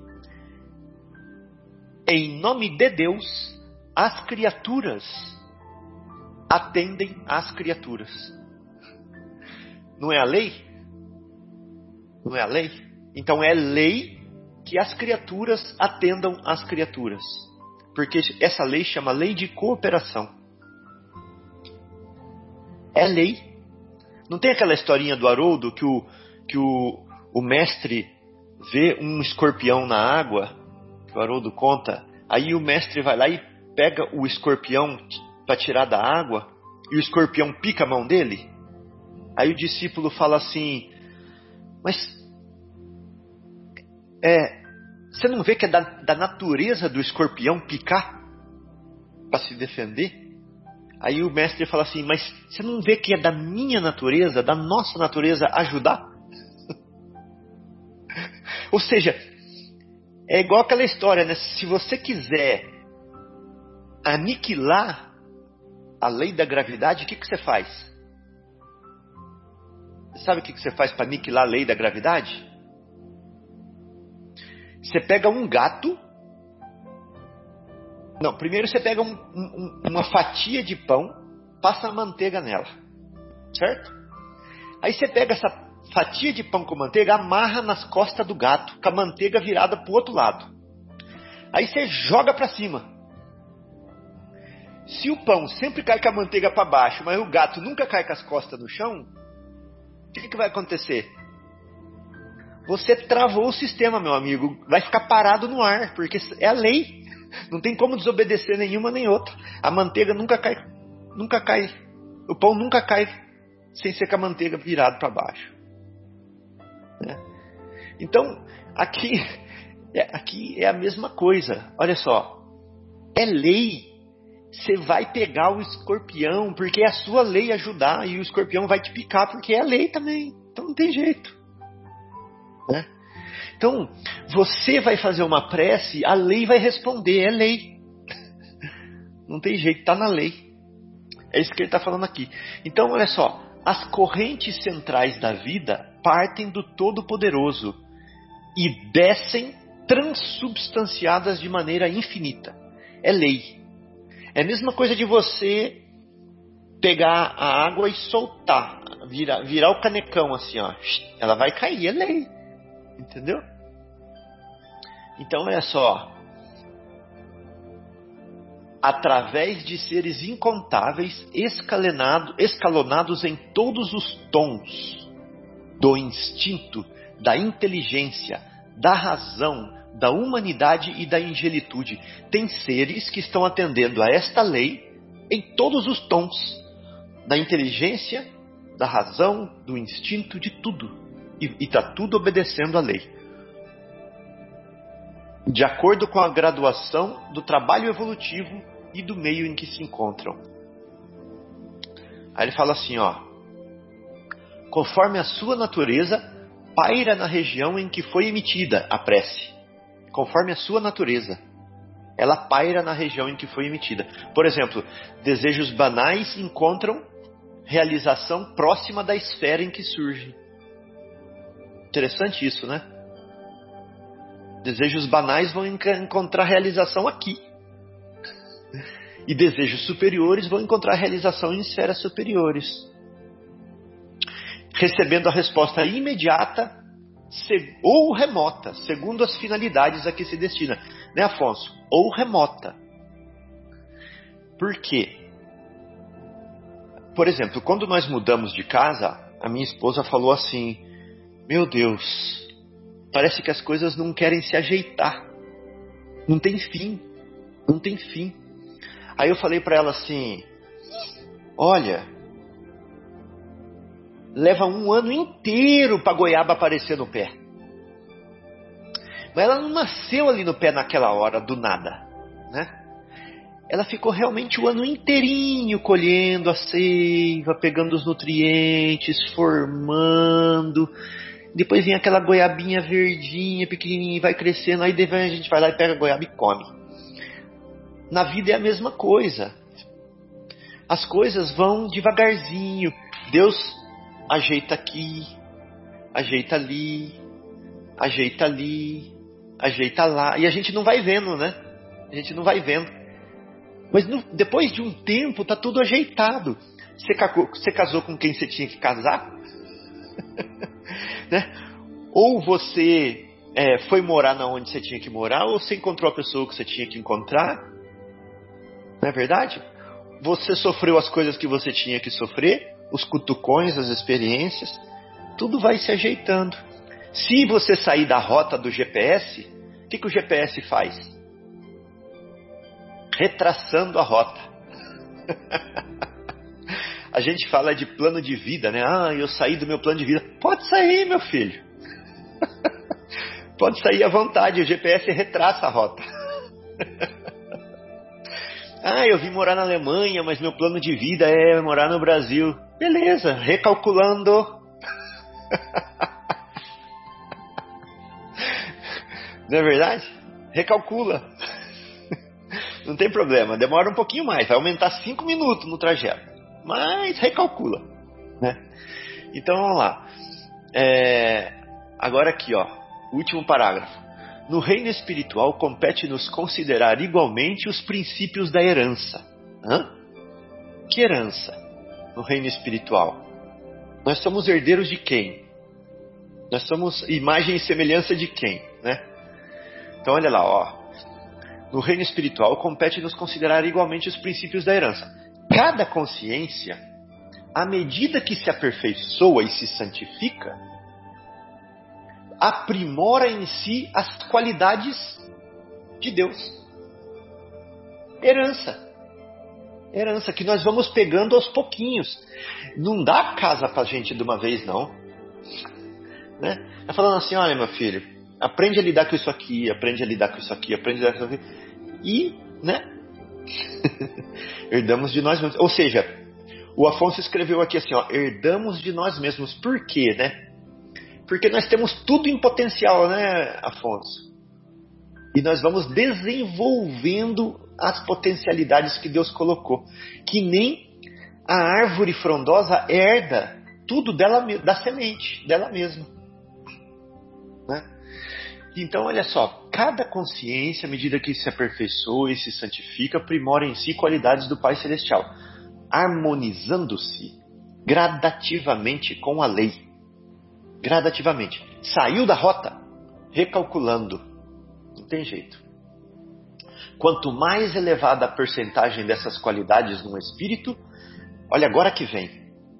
em nome de Deus, as criaturas atendem às criaturas. Não é a lei? Não é a lei? Então é lei que as criaturas atendam às criaturas. Porque essa lei chama lei de cooperação. É lei. Não tem aquela historinha do Haroldo que o mestre vê um escorpião na água, que o Haroldo conta, aí o mestre vai lá e pega o escorpião para tirar da água, e o escorpião pica a mão dele. Aí o discípulo fala assim: mas você não vê que é da natureza do escorpião picar para se defender? Aí o mestre fala assim: mas você não vê que é da minha natureza, da nossa natureza ajudar? Ou seja, é igual aquela história, né? Se você quiser aniquilar a lei da gravidade, o que você faz? Você sabe o que você faz para aniquilar a lei da gravidade? Você pega um gato. Não, primeiro você pega uma fatia de pão, passa a manteiga nela, certo? Aí você pega essa fatia de pão com manteiga, amarra nas costas do gato, com a manteiga virada para o outro lado. Aí você joga para cima. Se o pão sempre cai com a manteiga para baixo, mas o gato nunca cai com as costas no chão, o que vai acontecer? Você travou o sistema, meu amigo. Vai ficar parado no ar, porque é a lei. Não tem como desobedecer nenhuma nem outra. A manteiga nunca cai. O pão nunca cai sem ser com a manteiga virada para baixo. Então, aqui é a mesma coisa. Olha só. É lei. Você vai pegar o escorpião, porque é a sua lei ajudar, e o escorpião vai te picar, porque é a lei também. Então não tem jeito. Então, você vai fazer uma prece, a lei vai responder, é lei. Não tem jeito, está na lei. É isso que ele está falando aqui. Então, olha só, as correntes centrais da vida partem do Todo-Poderoso e descem transubstanciadas de maneira infinita. É lei. É a mesma coisa de você pegar a água e soltar, virar o canecão assim, ó. Ela vai cair, é lei. Entendeu? Então, olha só. Através de seres incontáveis, escalonados em todos os tons do instinto, da inteligência, da razão, da humanidade e da angelitude, tem seres que estão atendendo a esta lei em todos os tons da inteligência, da razão, do instinto, de tudo. E está tudo obedecendo à lei. De acordo com a graduação do trabalho evolutivo e do meio em que se encontram. Aí ele fala assim, ó. Conforme a sua natureza, paira na região em que foi emitida a prece. Conforme a sua natureza. Ela paira na região em que foi emitida. Por exemplo, desejos banais encontram realização próxima da esfera em que surge. Interessante isso, né? Desejos banais vão encontrar realização aqui. E desejos superiores vão encontrar realização em esferas superiores. Recebendo a resposta imediata ou remota, segundo as finalidades a que se destina. Né, Afonso? Ou remota. Por quê? Por exemplo, quando nós mudamos de casa, a minha esposa falou assim: meu Deus, parece que as coisas não querem se ajeitar. Não tem fim. Não tem fim. Aí eu falei para ela assim: olha, leva um ano inteiro para goiaba aparecer no pé. Mas ela não nasceu ali no pé naquela hora, do nada, né? Ela ficou realmente o ano inteirinho colhendo a seiva, pegando os nutrientes, formando. Depois vem aquela goiabinha verdinha, pequenininha, e vai crescendo. Aí a gente vai lá e pega a goiaba e come. Na vida é a mesma coisa. As coisas vão devagarzinho. Deus ajeita aqui, ajeita ali, ajeita ali, ajeita lá. E a gente não vai vendo, né? A gente não vai vendo. Mas depois de um tempo tá tudo ajeitado. Você casou com quem você tinha que casar? Né? Ou você foi morar na onde você tinha que morar, ou você encontrou a pessoa que você tinha que encontrar. Não é verdade? Você sofreu as coisas que você tinha que sofrer, os cutucões, as experiências. Tudo vai se ajeitando. Se você sair da rota do GPS, o que o GPS faz? Retraçando a rota. A gente fala de plano de vida, né? Ah, eu saí do meu plano de vida. Pode sair, meu filho. Pode sair à vontade. O GPS retraça a rota. Ah, eu vim morar na Alemanha, mas meu plano de vida é morar no Brasil. Beleza, recalculando. Não é verdade? Recalcula. Não tem problema, demora um pouquinho mais, vai aumentar 5 minutos no trajeto, mas recalcula, né? Então vamos lá. Agora aqui, ó, último parágrafo. No reino espiritual compete-nos considerar igualmente os princípios da herança. Que herança? No reino espiritual, nós somos herdeiros de quem? Nós somos imagem e semelhança de quem, né? Então olha lá, ó. No reino espiritual compete-nos considerar igualmente os princípios da herança. Cada consciência, à medida que se aperfeiçoa e se santifica, aprimora em si as qualidades de Deus. Herança que nós vamos pegando aos pouquinhos. Não dá casa pra gente de uma vez, não. Né? Tá falando assim, olha meu filho, aprende a lidar com isso aqui, aprende a lidar com isso aqui, aprende a lidar com isso aqui. E, né? Herdamos de nós mesmos. Ou seja, o Afonso escreveu aqui assim, ó, herdamos de nós mesmos. Por quê, né? Porque nós temos tudo em potencial, né, Afonso? E nós vamos desenvolvendo as potencialidades que Deus colocou. Que nem a árvore frondosa herda tudo dela, da semente, dela mesma. Né? Então, olha só, cada consciência, à medida que se aperfeiçoa e se santifica, aprimora em si qualidades do Pai Celestial, harmonizando-se gradativamente com a lei. Gradativamente. Saiu da rota, recalculando. Não tem jeito. Quanto mais elevada a percentagem dessas qualidades no espírito, olha, agora que vem.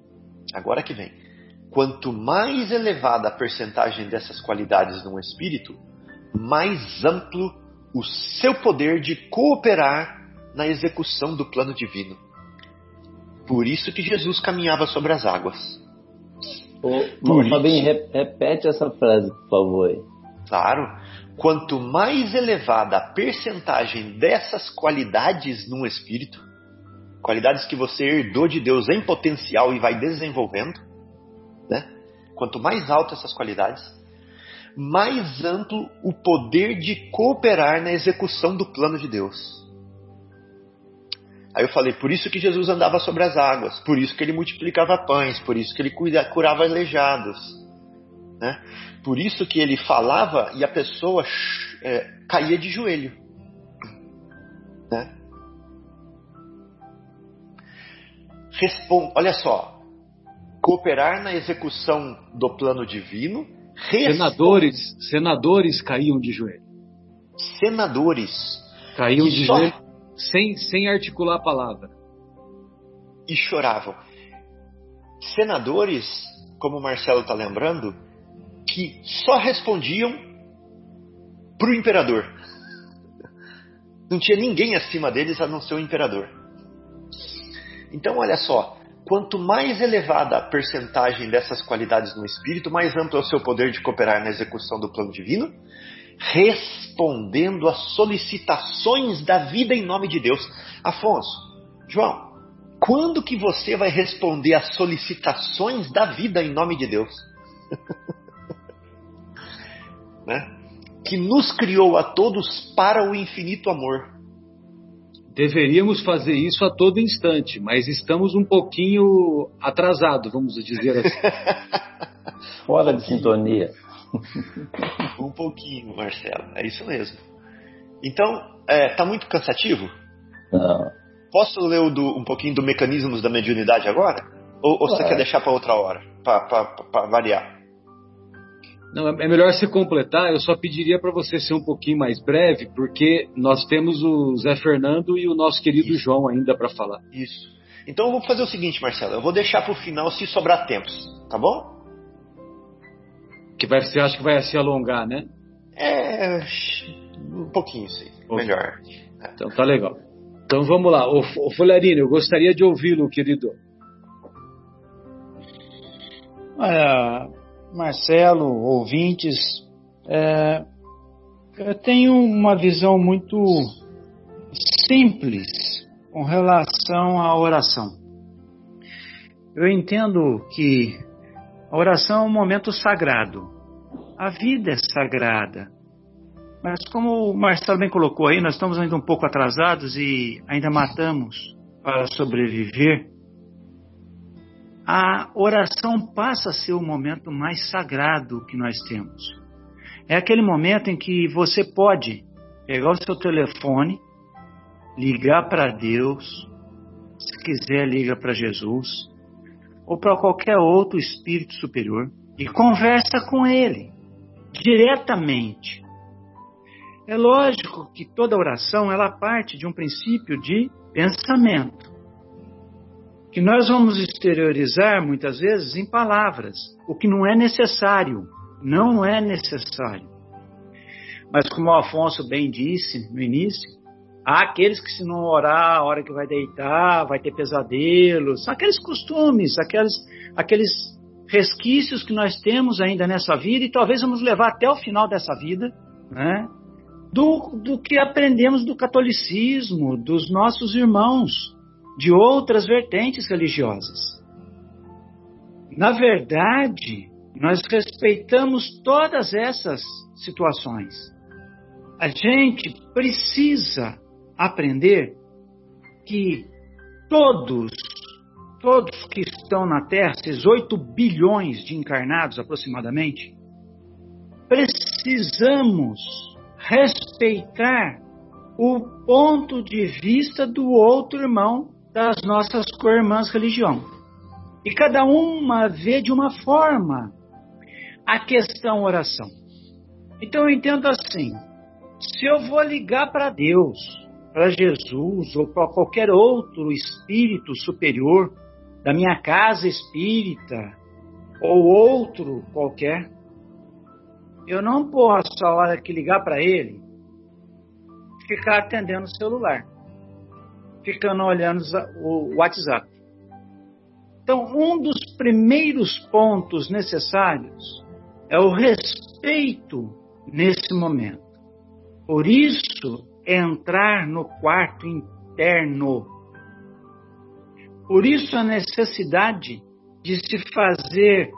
Quanto mais elevada a percentagem dessas qualidades no espírito, mais amplo o seu poder de cooperar na execução do plano divino. Por isso que Jesus caminhava sobre as águas. Fabinho, repete essa frase, por favor. Claro. Quanto mais elevada a percentagem dessas qualidades no espírito, qualidades que você herdou de Deus em potencial e vai desenvolvendo, né? Quanto mais altas essas qualidades, mais amplo o poder de cooperar na execução do plano de Deus. Aí eu falei, por isso que Jesus andava sobre as águas, por isso que ele multiplicava pães, por isso que ele curava aleijados, né? Por isso que ele falava e a pessoa caía de joelho, né? Olha só, cooperar na execução do plano divino. Senadores caíam de joelho. Senadores caíam de joelho sem articular a palavra. E choravam. Senadores, como o Marcelo está lembrando, que só respondiam para o imperador. Não tinha ninguém acima deles a não ser o imperador. Então, olha só, quanto mais elevada a percentagem dessas qualidades no espírito, mais amplo é o seu poder de cooperar na execução do plano divino, respondendo às solicitações da vida em nome de Deus. Afonso, João, quando que você vai responder às solicitações da vida em nome de Deus? Né? Que nos criou a todos para o infinito amor. Deveríamos fazer isso a todo instante, mas estamos um pouquinho atrasados, vamos dizer assim. Fora de sintonia. Um pouquinho, Marcelo, é isso mesmo. Então, tá muito cansativo? Não. Posso ler um pouquinho do mecanismos da mediunidade agora? Ou você quer deixar para outra hora, para variar? Não, é melhor você completar. Eu só pediria para você ser um pouquinho mais breve, porque nós temos o Zé Fernando e o nosso querido João ainda para falar. Isso. Então eu vou fazer o seguinte, Marcelo. Eu vou deixar para o final se sobrar tempo, tá bom? Você acha que vai se alongar, né? Um pouquinho, sim. Melhor. Então tá legal. Então vamos lá. Ô Folharino, eu gostaria de ouvi-lo, querido. Marcelo, ouvintes, eu tenho uma visão muito simples com relação à oração. Eu entendo que a oração é um momento sagrado. A vida é sagrada. Mas como o Marcelo bem colocou aí, nós estamos ainda um pouco atrasados e ainda matamos para sobreviver. A oração passa a ser o momento mais sagrado que nós temos. É aquele momento em que você pode pegar o seu telefone, ligar para Deus, se quiser liga para Jesus, ou para qualquer outro espírito superior, e conversa com ele, diretamente. É lógico que toda oração ela parte de um princípio de pensamento, que nós vamos exteriorizar muitas vezes em palavras, o que não é necessário, não é necessário. Mas como o Afonso bem disse no início, há aqueles que se não orar a hora que vai deitar, vai ter pesadelos, são aqueles costumes, aqueles resquícios que nós temos ainda nessa vida e talvez vamos levar até o final dessa vida, né? Do que aprendemos do catolicismo, dos nossos irmãos, de outras vertentes religiosas. Na verdade, nós respeitamos todas essas situações. A gente precisa aprender que todos que estão na Terra, esses 8 bilhões de encarnados aproximadamente, precisamos respeitar o ponto de vista do outro irmão das nossas co-irmãs religião. E cada uma vê de uma forma a questão oração. Então eu entendo assim, se eu vou ligar para Deus, para Jesus ou para qualquer outro espírito superior da minha casa espírita ou outro qualquer, eu não posso, a hora que ligar para ele, ficar atendendo o celular, ficando olhando o WhatsApp. Então, um dos primeiros pontos necessários é o respeito nesse momento. Por isso, entrar no quarto interno. Por isso, a necessidade de se fazer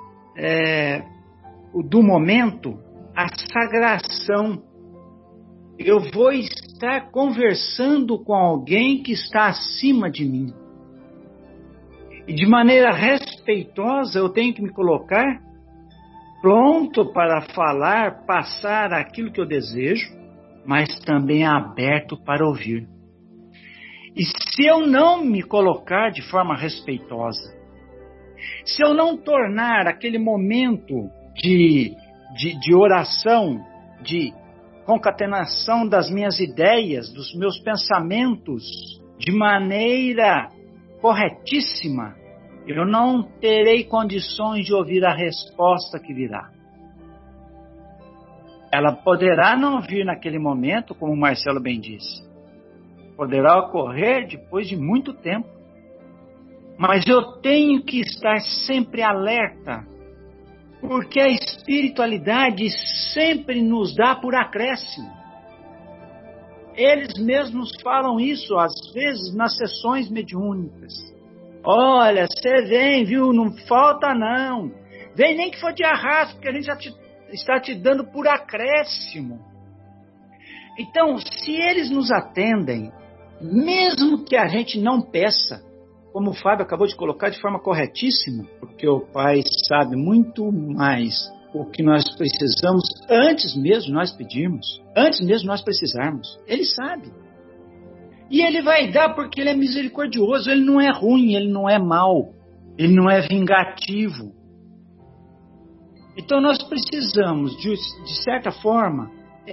do momento a sagração. Eu vou estar conversando com alguém que está acima de mim. E de maneira respeitosa eu tenho que me colocar pronto para falar, passar aquilo que eu desejo, mas também aberto para ouvir. E se eu não me colocar de forma respeitosa, se eu não tornar aquele momento de oração, de concatenação das minhas ideias, dos meus pensamentos, de maneira corretíssima, eu não terei condições de ouvir a resposta que virá. Ela poderá não vir naquele momento, como o Marcelo bem disse. Poderá ocorrer depois de muito tempo. Mas eu tenho que estar sempre alerta, porque a espiritualidade sempre nos dá por acréscimo. Eles mesmos falam isso, às vezes, nas sessões mediúnicas. Olha, você vem, viu? Não falta não. Vem nem que for de arrasto, porque a gente já está te dando por acréscimo. Então, se eles nos atendem, mesmo que a gente não peça, como o Fábio acabou de colocar de forma corretíssima, porque o Pai sabe muito mais o que nós precisamos antes mesmo nós pedirmos, antes mesmo nós precisarmos. Ele sabe. E Ele vai dar porque Ele é misericordioso, Ele não é ruim, Ele não é mau, Ele não é vingativo. Então nós precisamos, de certa forma,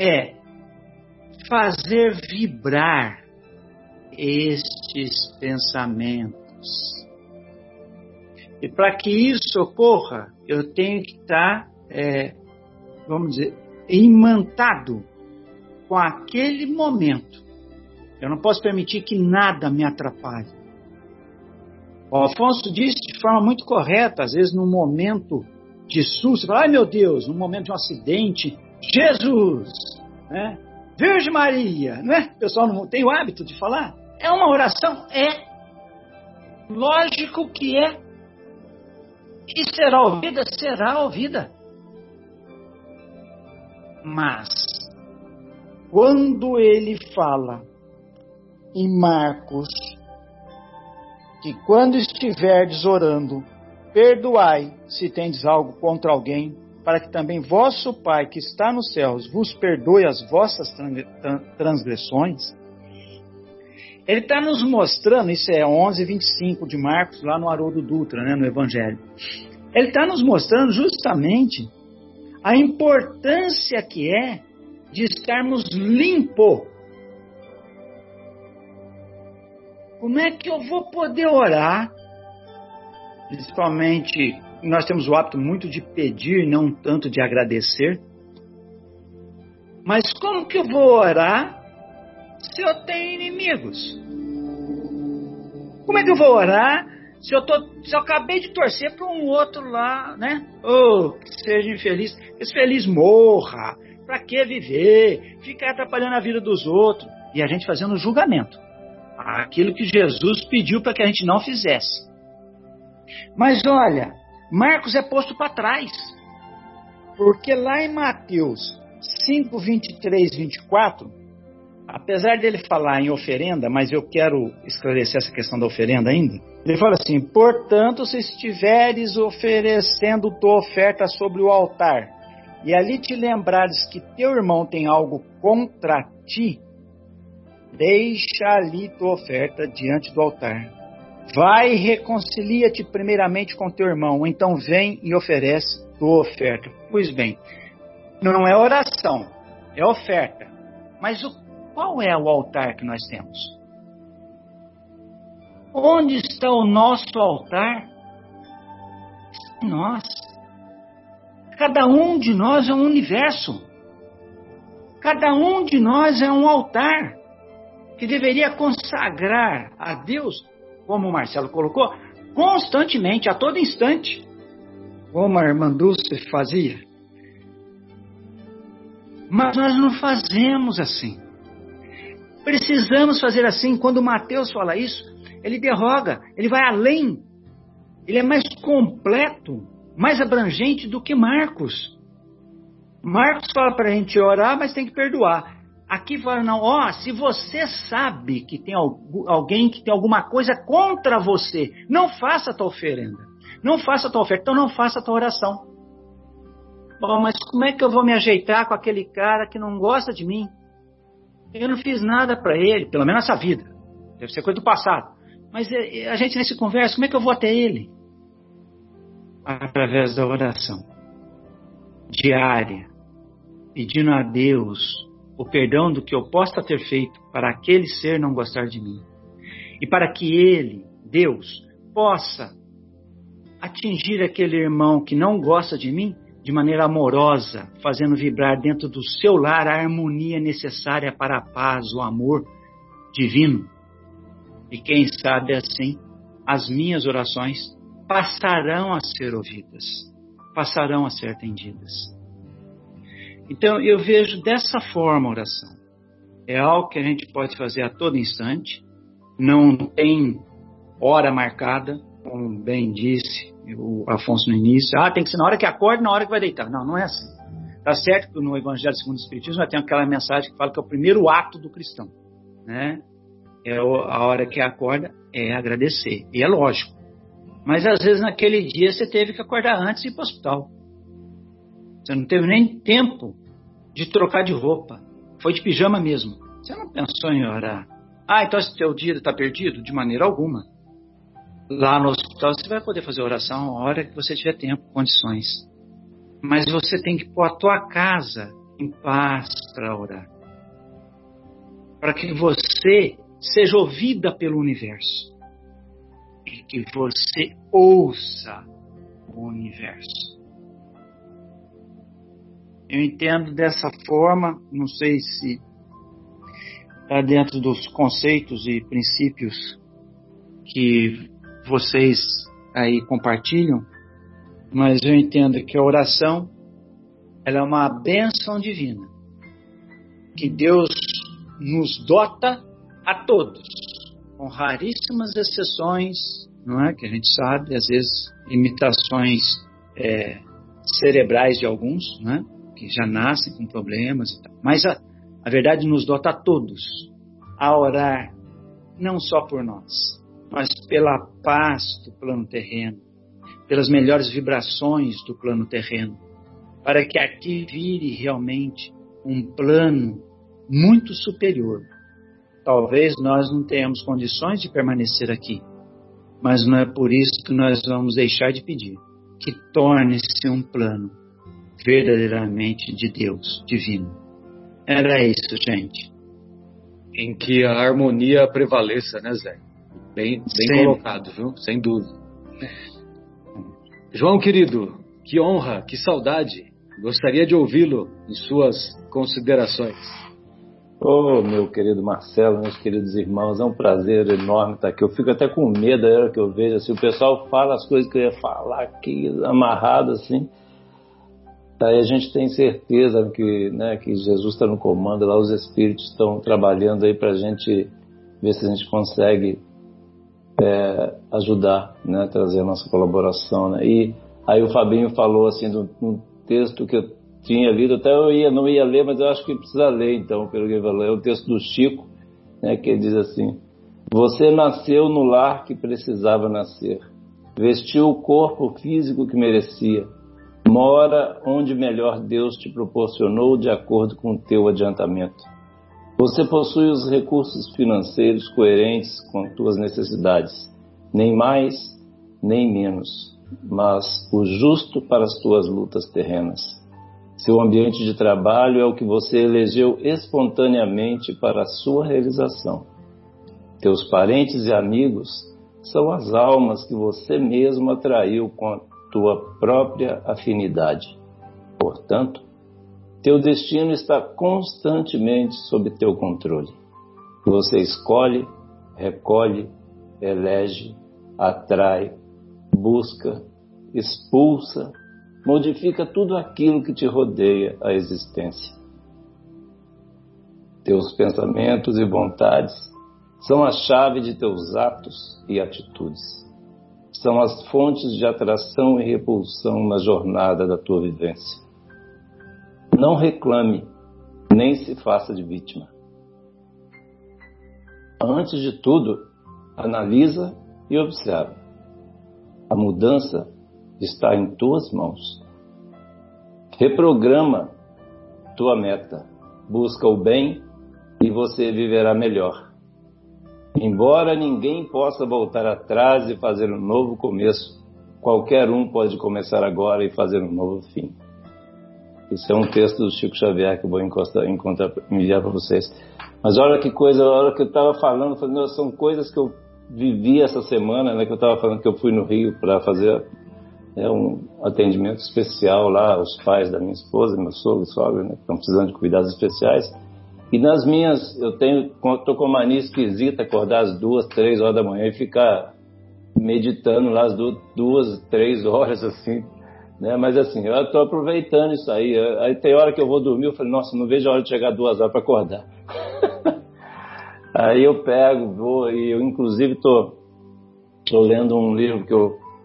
fazer vibrar estes pensamentos. E para que isso ocorra, eu tenho que estar, vamos dizer, imantado com aquele momento. Eu não posso permitir que nada me atrapalhe. O Afonso disse de forma muito correta, às vezes num momento de susto, você fala, ai meu Deus, num momento de um acidente, Jesus, né? Virgem Maria, não é? O pessoal não tem o hábito de falar. É uma oração? É. Lógico que é. E será ouvida? Será ouvida. Mas quando ele fala em Marcos, que quando estiverdes orando, perdoai se tendes algo contra alguém, para que também vosso Pai que está nos céus vos perdoe as vossas transgressões. Ele está nos mostrando, isso é 11:25 de Marcos, lá no Haroldo Dutra, né, no Evangelho. Ele está nos mostrando justamente a importância que é de estarmos limpos. Como é que eu vou poder orar? Principalmente, nós temos o hábito muito de pedir, não tanto de agradecer. Mas como que eu vou orar se eu tenho inimigos? Como é que eu vou orar se eu acabei de torcer para um outro lá, né? Oh, que seja infeliz. Esse feliz morra. Para que viver? Ficar atrapalhando a vida dos outros. E a gente fazendo julgamento. Aquilo que Jesus pediu para que a gente não fizesse. Mas olha, Marcos é posto para trás. Porque lá em Mateus 5:23-24, apesar dele falar em oferenda, mas eu quero esclarecer essa questão da oferenda ainda. Ele fala assim: portanto, se estiveres oferecendo tua oferta sobre o altar, e ali te lembrares que teu irmão tem algo contra ti, deixa ali tua oferta diante do altar. Vai e reconcilia-te primeiramente com teu irmão, então vem e oferece tua oferta. Pois bem, não é oração, é oferta. Mas qual é o altar que nós temos? Onde está o nosso altar? Está em nós. Cada um de nós é um universo. Cada um de nós é um altar que deveria consagrar a Deus, como o Marcelo colocou, constantemente, a todo instante, como a irmã Dulce fazia. Mas nós não fazemos assim. Precisamos fazer assim. Quando Mateus fala isso, ele derroga, ele vai além. Ele é mais completo, mais abrangente do que Marcos. Marcos fala para a gente orar, mas tem que perdoar. Aqui fala, não, se você sabe que tem alguém que tem alguma coisa contra você, não faça a tua oferenda, não faça a tua oferta, então não faça a tua oração. Mas como é que eu vou me ajeitar com aquele cara que não gosta de mim? Eu não fiz nada para ele, pelo menos nessa vida, deve ser coisa do passado. Mas a gente nesse conversa, como é que eu vou até ele? Através da oração diária, pedindo a Deus o perdão do que eu possa ter feito para aquele ser não gostar de mim. E para que ele, Deus, possa atingir aquele irmão que não gosta de mim de maneira amorosa, fazendo vibrar dentro do seu lar a harmonia necessária para a paz, o amor divino. E quem sabe assim, as minhas orações passarão a ser ouvidas, passarão a ser atendidas. Então, eu vejo dessa forma a oração. É algo que a gente pode fazer a todo instante. Não tem hora marcada, como bem disse o Afonso no início. Tem que ser na hora que acorda e na hora que vai deitar. Não é assim. Tá certo que no Evangelho segundo o Espiritismo tem aquela mensagem que fala que é o primeiro ato do cristão, né? A hora que acorda é agradecer. E é lógico. Mas às vezes naquele dia você teve que acordar antes e ir para o hospital. Você não teve nem tempo de trocar de roupa. Foi de pijama mesmo. Você não pensou em orar. Então esse teu dia está perdido? De maneira alguma. Lá no hospital você vai poder fazer oração a hora que você tiver tempo, condições. Mas você tem que pôr a tua casa em paz para orar. Para que você seja ouvida pelo universo. E que você ouça o universo. Eu entendo dessa forma, não sei se está dentro dos conceitos e princípios que vocês aí compartilham, mas eu entendo que a oração ela é uma bênção divina, que Deus nos dota a todos, com raríssimas exceções, não é? Que a gente sabe, às vezes, imitações cerebrais de alguns, não é? Que já nascem com problemas e tal. Mas A verdade nos dota a todos a orar, não só por nós, mas pela paz do plano terreno, pelas melhores vibrações do plano terreno, para que aqui vire realmente um plano muito superior. Talvez nós não tenhamos condições de permanecer aqui, mas não é por isso que nós vamos deixar de pedir que torne-se um plano verdadeiramente de Deus, divino. Era isso, gente. Em que a harmonia prevaleça, né, Zé? Bem colocado, viu? Sem dúvida. João querido, que honra, que saudade. Gostaria de ouvi-lo em suas considerações. Meu querido Marcelo, meus queridos irmãos, é um prazer enorme estar aqui. Eu fico até com medo da hora que eu vejo, assim, o pessoal fala as coisas que eu ia falar aqui, amarrado assim. Aí a gente tem certeza que, né, que Jesus está no comando, lá os Espíritos estão trabalhando aí para a gente ver se a gente consegue ajudar, né, trazer a nossa colaboração, né? E aí o Fabinho falou assim, de um texto que eu tinha lido, até não ia ler, mas eu acho que precisa ler então, pelo que ele falou. É o texto do Chico, né, que ele diz assim: você nasceu no lar que precisava nascer, vestiu o corpo físico que merecia, mora onde melhor Deus te proporcionou de acordo com o teu adiantamento. Você possui os recursos financeiros coerentes com tuas necessidades, nem mais, nem menos, mas o justo para as tuas lutas terrenas. Seu ambiente de trabalho é o que você elegeu espontaneamente para a sua realização. Teus parentes e amigos são as almas que você mesmo atraiu com a tua própria afinidade. Portanto, teu destino está constantemente sob teu controle. Você escolhe, recolhe, elege, atrai, busca, expulsa, modifica tudo aquilo que te rodeia a existência. Teus pensamentos e vontades são a chave de teus atos e atitudes. São as fontes de atração e repulsão na jornada da tua vivência. Não reclame, nem se faça de vítima. Antes de tudo, analisa e observa. A mudança está em tuas mãos. Reprograma tua meta. Busca o bem e você viverá melhor. Embora ninguém possa voltar atrás e fazer um novo começo, qualquer um pode começar agora e fazer um novo fim. Isso é um texto do Chico Xavier que eu vou enviar para vocês. Mas olha que coisa, a hora que eu estava falando, são coisas que eu vivi essa semana, né, que eu estava falando que eu fui no Rio para fazer um atendimento especial lá aos pais da minha esposa, meu sogro e sogra, né, que estão precisando de cuidados especiais. E nas minhas, tô com uma mania esquisita, acordar às 2, 3 horas da manhã e ficar meditando lá às 2, 3 horas, assim, né? Mas assim, eu estou aproveitando isso aí. Aí tem hora que eu vou dormir, eu falo, nossa, não vejo a hora de chegar 2 horas para acordar. Aí eu pego, vou, e eu inclusive tô lendo um livro que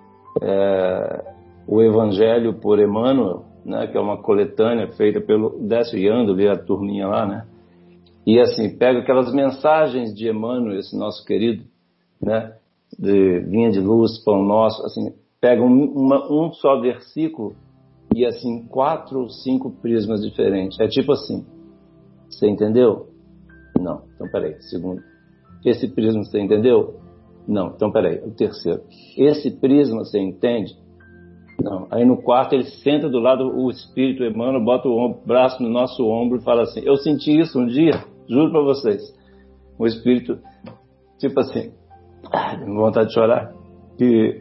o Evangelho por Emmanuel, né? Que é uma coletânea feita pelo Décio Yando, a turminha lá, né? E assim, pega aquelas mensagens de Emmanuel, esse nosso querido, né, de vinha de luz, pão nosso, assim, pega um só versículo e assim, 4 ou 5 prismas diferentes. É tipo assim, você entendeu? Não, então peraí, segundo. Esse prisma você entendeu? Não, então peraí, o terceiro. Esse prisma você entende? Não. Aí no quarto ele senta do lado, o espírito Emmanuel bota o braço no nosso ombro e fala assim, eu senti isso um dia, juro para vocês. O espírito, tipo assim, com vontade de chorar, que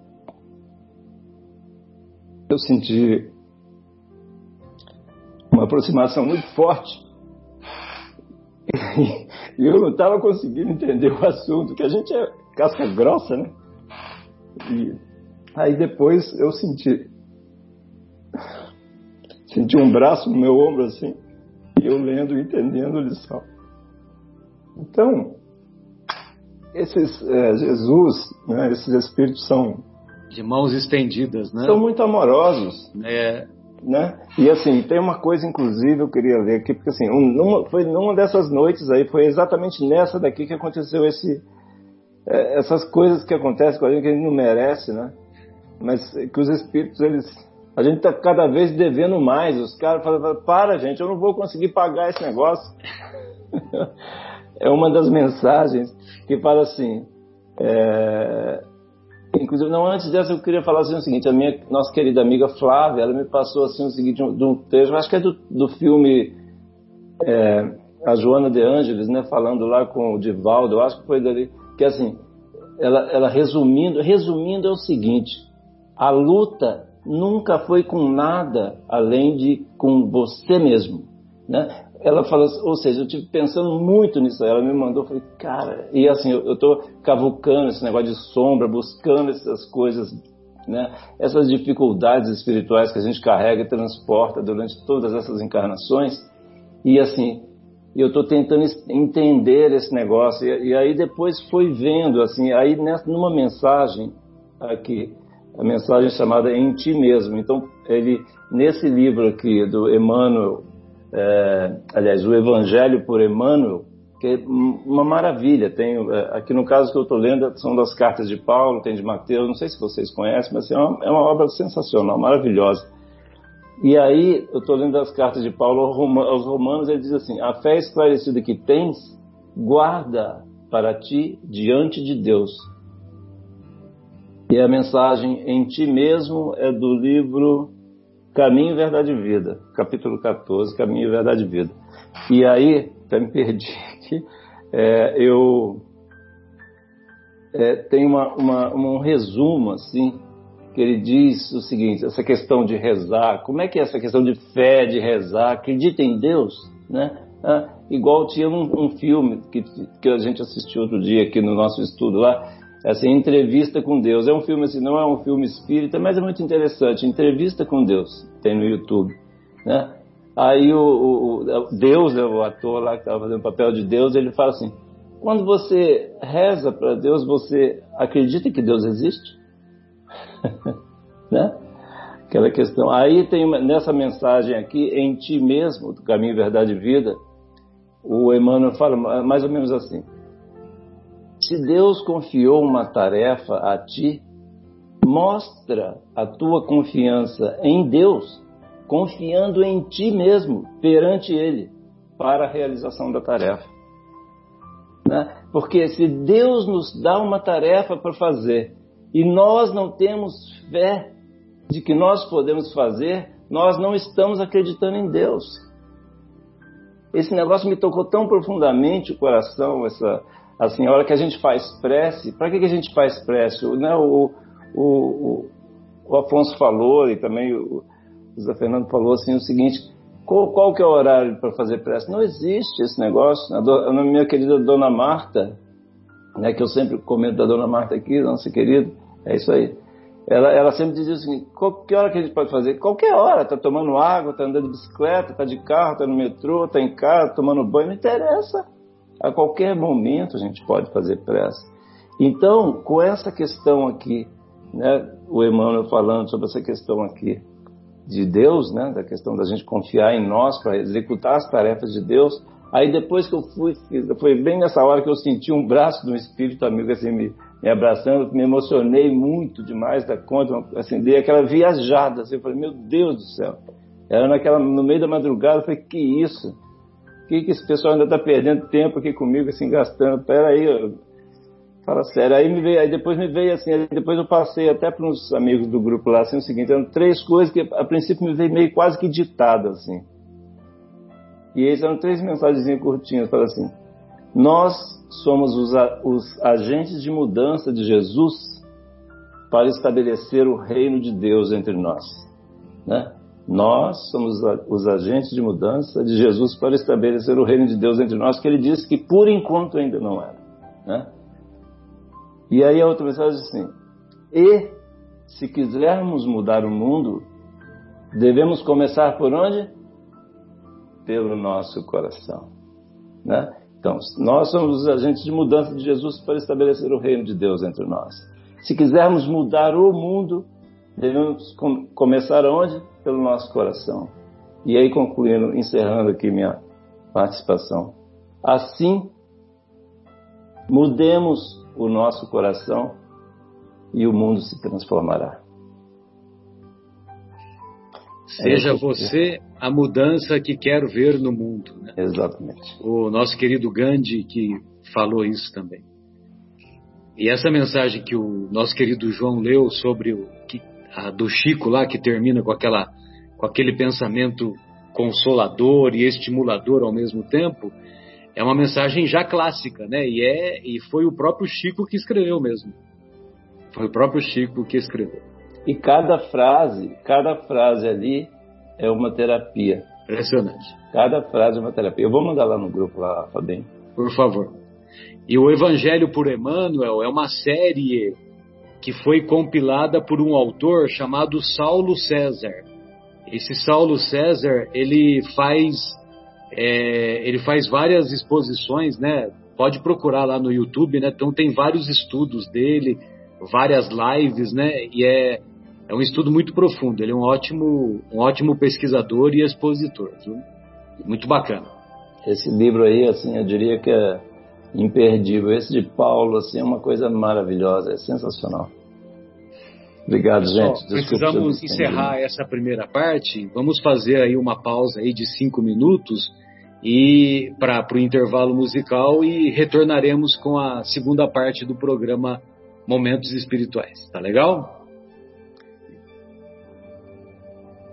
eu senti uma aproximação muito forte e eu não estava conseguindo entender o assunto, que a gente é casca grossa, né? E aí depois eu senti um braço no meu ombro assim, e eu lendo e entendendo a lição. Então, esses Jesus, né, esses espíritos são de mãos estendidas, né? São muito amorosos. né? E assim, tem uma coisa, inclusive, eu queria ler aqui, porque assim, foi numa dessas noites aí, foi exatamente nessa daqui que aconteceu essas coisas que acontecem com a gente que a gente não merece, né? Mas que os espíritos, a gente está cada vez devendo mais. Os caras falam, para gente, eu não vou conseguir pagar esse negócio. É uma das mensagens que fala assim, inclusive, não, antes dessa eu queria falar assim o seguinte, a nossa querida amiga Flávia, ela me passou assim o seguinte, de um trecho, acho que é do filme a Joana de Ângeles, né, falando lá com o Divaldo, eu acho que foi dali, que assim, ela resumindo é o seguinte, a luta nunca foi com nada além de com você mesmo, né? Ela falou, ou seja, eu estive pensando muito nisso, ela me mandou, eu falei, cara, e assim, eu estou cavucando esse negócio de sombra, buscando essas coisas, né? Essas dificuldades espirituais que a gente carrega e transporta durante todas essas encarnações, e assim, eu estou tentando entender esse negócio, e aí depois foi vendo, assim, aí numa mensagem aqui, a mensagem chamada Em Ti Mesmo, então nesse livro aqui do Emmanuel, aliás, o Evangelho por Emmanuel, que é uma maravilha, tem, aqui no caso que eu estou lendo são das cartas de Paulo, tem de Mateus, não sei se vocês conhecem, mas é uma obra sensacional, maravilhosa. E aí, eu estou lendo as cartas de Paulo aos Romanos, ele diz assim, a fé esclarecida que tens, guarda para ti diante de Deus. E a mensagem Em Ti Mesmo é do livro Caminho, Verdade e Vida, capítulo 14, Caminho, Verdade e Vida. E aí, até me perdi aqui, tem um resumo, assim, que ele diz o seguinte, essa questão de rezar, como é que é essa questão de fé, de rezar, acredita em Deus, né? Igual tinha um filme que a gente assistiu outro dia aqui no nosso estudo lá, assim, Entrevista com Deus. É um filme assim, não é um filme espírita, mas é muito interessante. Entrevista com Deus, tem no YouTube, né? Aí o Deus, o ator lá que estava fazendo o papel de Deus, ele fala assim, quando você reza para Deus, você acredita que Deus existe? Né? Aquela questão. Aí tem nessa mensagem aqui, Em Ti Mesmo, do Caminho, Verdade e Vida, o Emmanuel fala mais ou menos assim, se Deus confiou uma tarefa a ti, mostra a tua confiança em Deus, confiando em ti mesmo, perante Ele, para a realização da tarefa. Né? Porque se Deus nos dá uma tarefa para fazer, e nós não temos fé de que nós podemos fazer, nós não estamos acreditando em Deus. Esse negócio me tocou tão profundamente o coração, assim, a hora que a gente faz prece, para que a gente faz prece? Né? O Afonso falou, e também o Zé Fernando falou assim, o seguinte, qual que é o horário para fazer prece? Não existe esse negócio. A minha querida Dona Marta, né, que eu sempre comento da Dona Marta aqui, nossa querida, é isso aí. Ela sempre dizia o seguinte, que hora que a gente pode fazer? Qualquer hora, está tomando água, está andando de bicicleta, está de carro, está no metrô, está em casa, tomando banho, não interessa. A qualquer momento a gente pode fazer prece. Então, com essa questão aqui, né, o Emmanuel falando sobre essa questão aqui de Deus, né, da questão da gente confiar em nós para executar as tarefas de Deus, aí depois que foi bem nessa hora que eu senti um braço de um espírito amigo assim me abraçando, me emocionei muito demais da conta, assim, dei aquela viajada, assim, eu falei, meu Deus do céu, era no meio da madrugada, eu falei, que isso? Que esse pessoal ainda está perdendo tempo aqui comigo, assim, gastando, peraí, fala sério, aí depois me veio assim, depois eu passei até para uns amigos do grupo lá, assim, o seguinte, eram 3 coisas que a princípio me veio meio quase que ditado, assim, e esses eram 3 mensagenzinhas curtinhas, fala assim, nós somos os agentes de mudança de Jesus para estabelecer o reino de Deus entre nós, né? Nós somos os agentes de mudança de Jesus para estabelecer o reino de Deus entre nós, que ele disse que por enquanto ainda não era, né? E aí a outra mensagem assim, e se quisermos mudar o mundo, devemos começar por onde? Pelo nosso coração, né? Então, nós somos os agentes de mudança de Jesus para estabelecer o reino de Deus entre nós. Se quisermos mudar o mundo, Devemos começar onde? Pelo nosso coração. E aí, concluindo, encerrando aqui minha participação. Assim, mudemos o nosso coração e o mundo se transformará. Seja você a mudança que quero ver no mundo, né? Exatamente. O nosso querido Gandhi que falou isso também. E essa mensagem que o nosso querido João leu sobre a do Chico lá, que termina com aquele pensamento consolador e estimulador ao mesmo tempo, é uma mensagem já clássica, né? E foi o próprio Chico que escreveu mesmo. Foi o próprio Chico que escreveu. E cada frase ali é uma terapia. Impressionante. Cada frase é uma terapia. Eu vou mandar lá no grupo, lá, Fabinho. Por favor. E o Evangelho por Emmanuel é uma série que foi compilada por um autor chamado Saulo César. Esse Saulo César, ele faz várias exposições, né? Pode procurar lá no YouTube, né? Então tem vários estudos dele, várias lives, né? E é um estudo muito profundo. Ele é um ótimo pesquisador e expositor, viu? Muito bacana. Esse livro aí, assim, eu diria que é imperdível. Esse de Paulo, assim, é uma coisa maravilhosa, é sensacional. Obrigado, pessoal, gente. Precisamos encerrar essa primeira parte. Vamos fazer aí uma pausa aí de 5 minutos e para o intervalo musical e retornaremos com a segunda parte do programa Momentos Espirituais. Tá legal?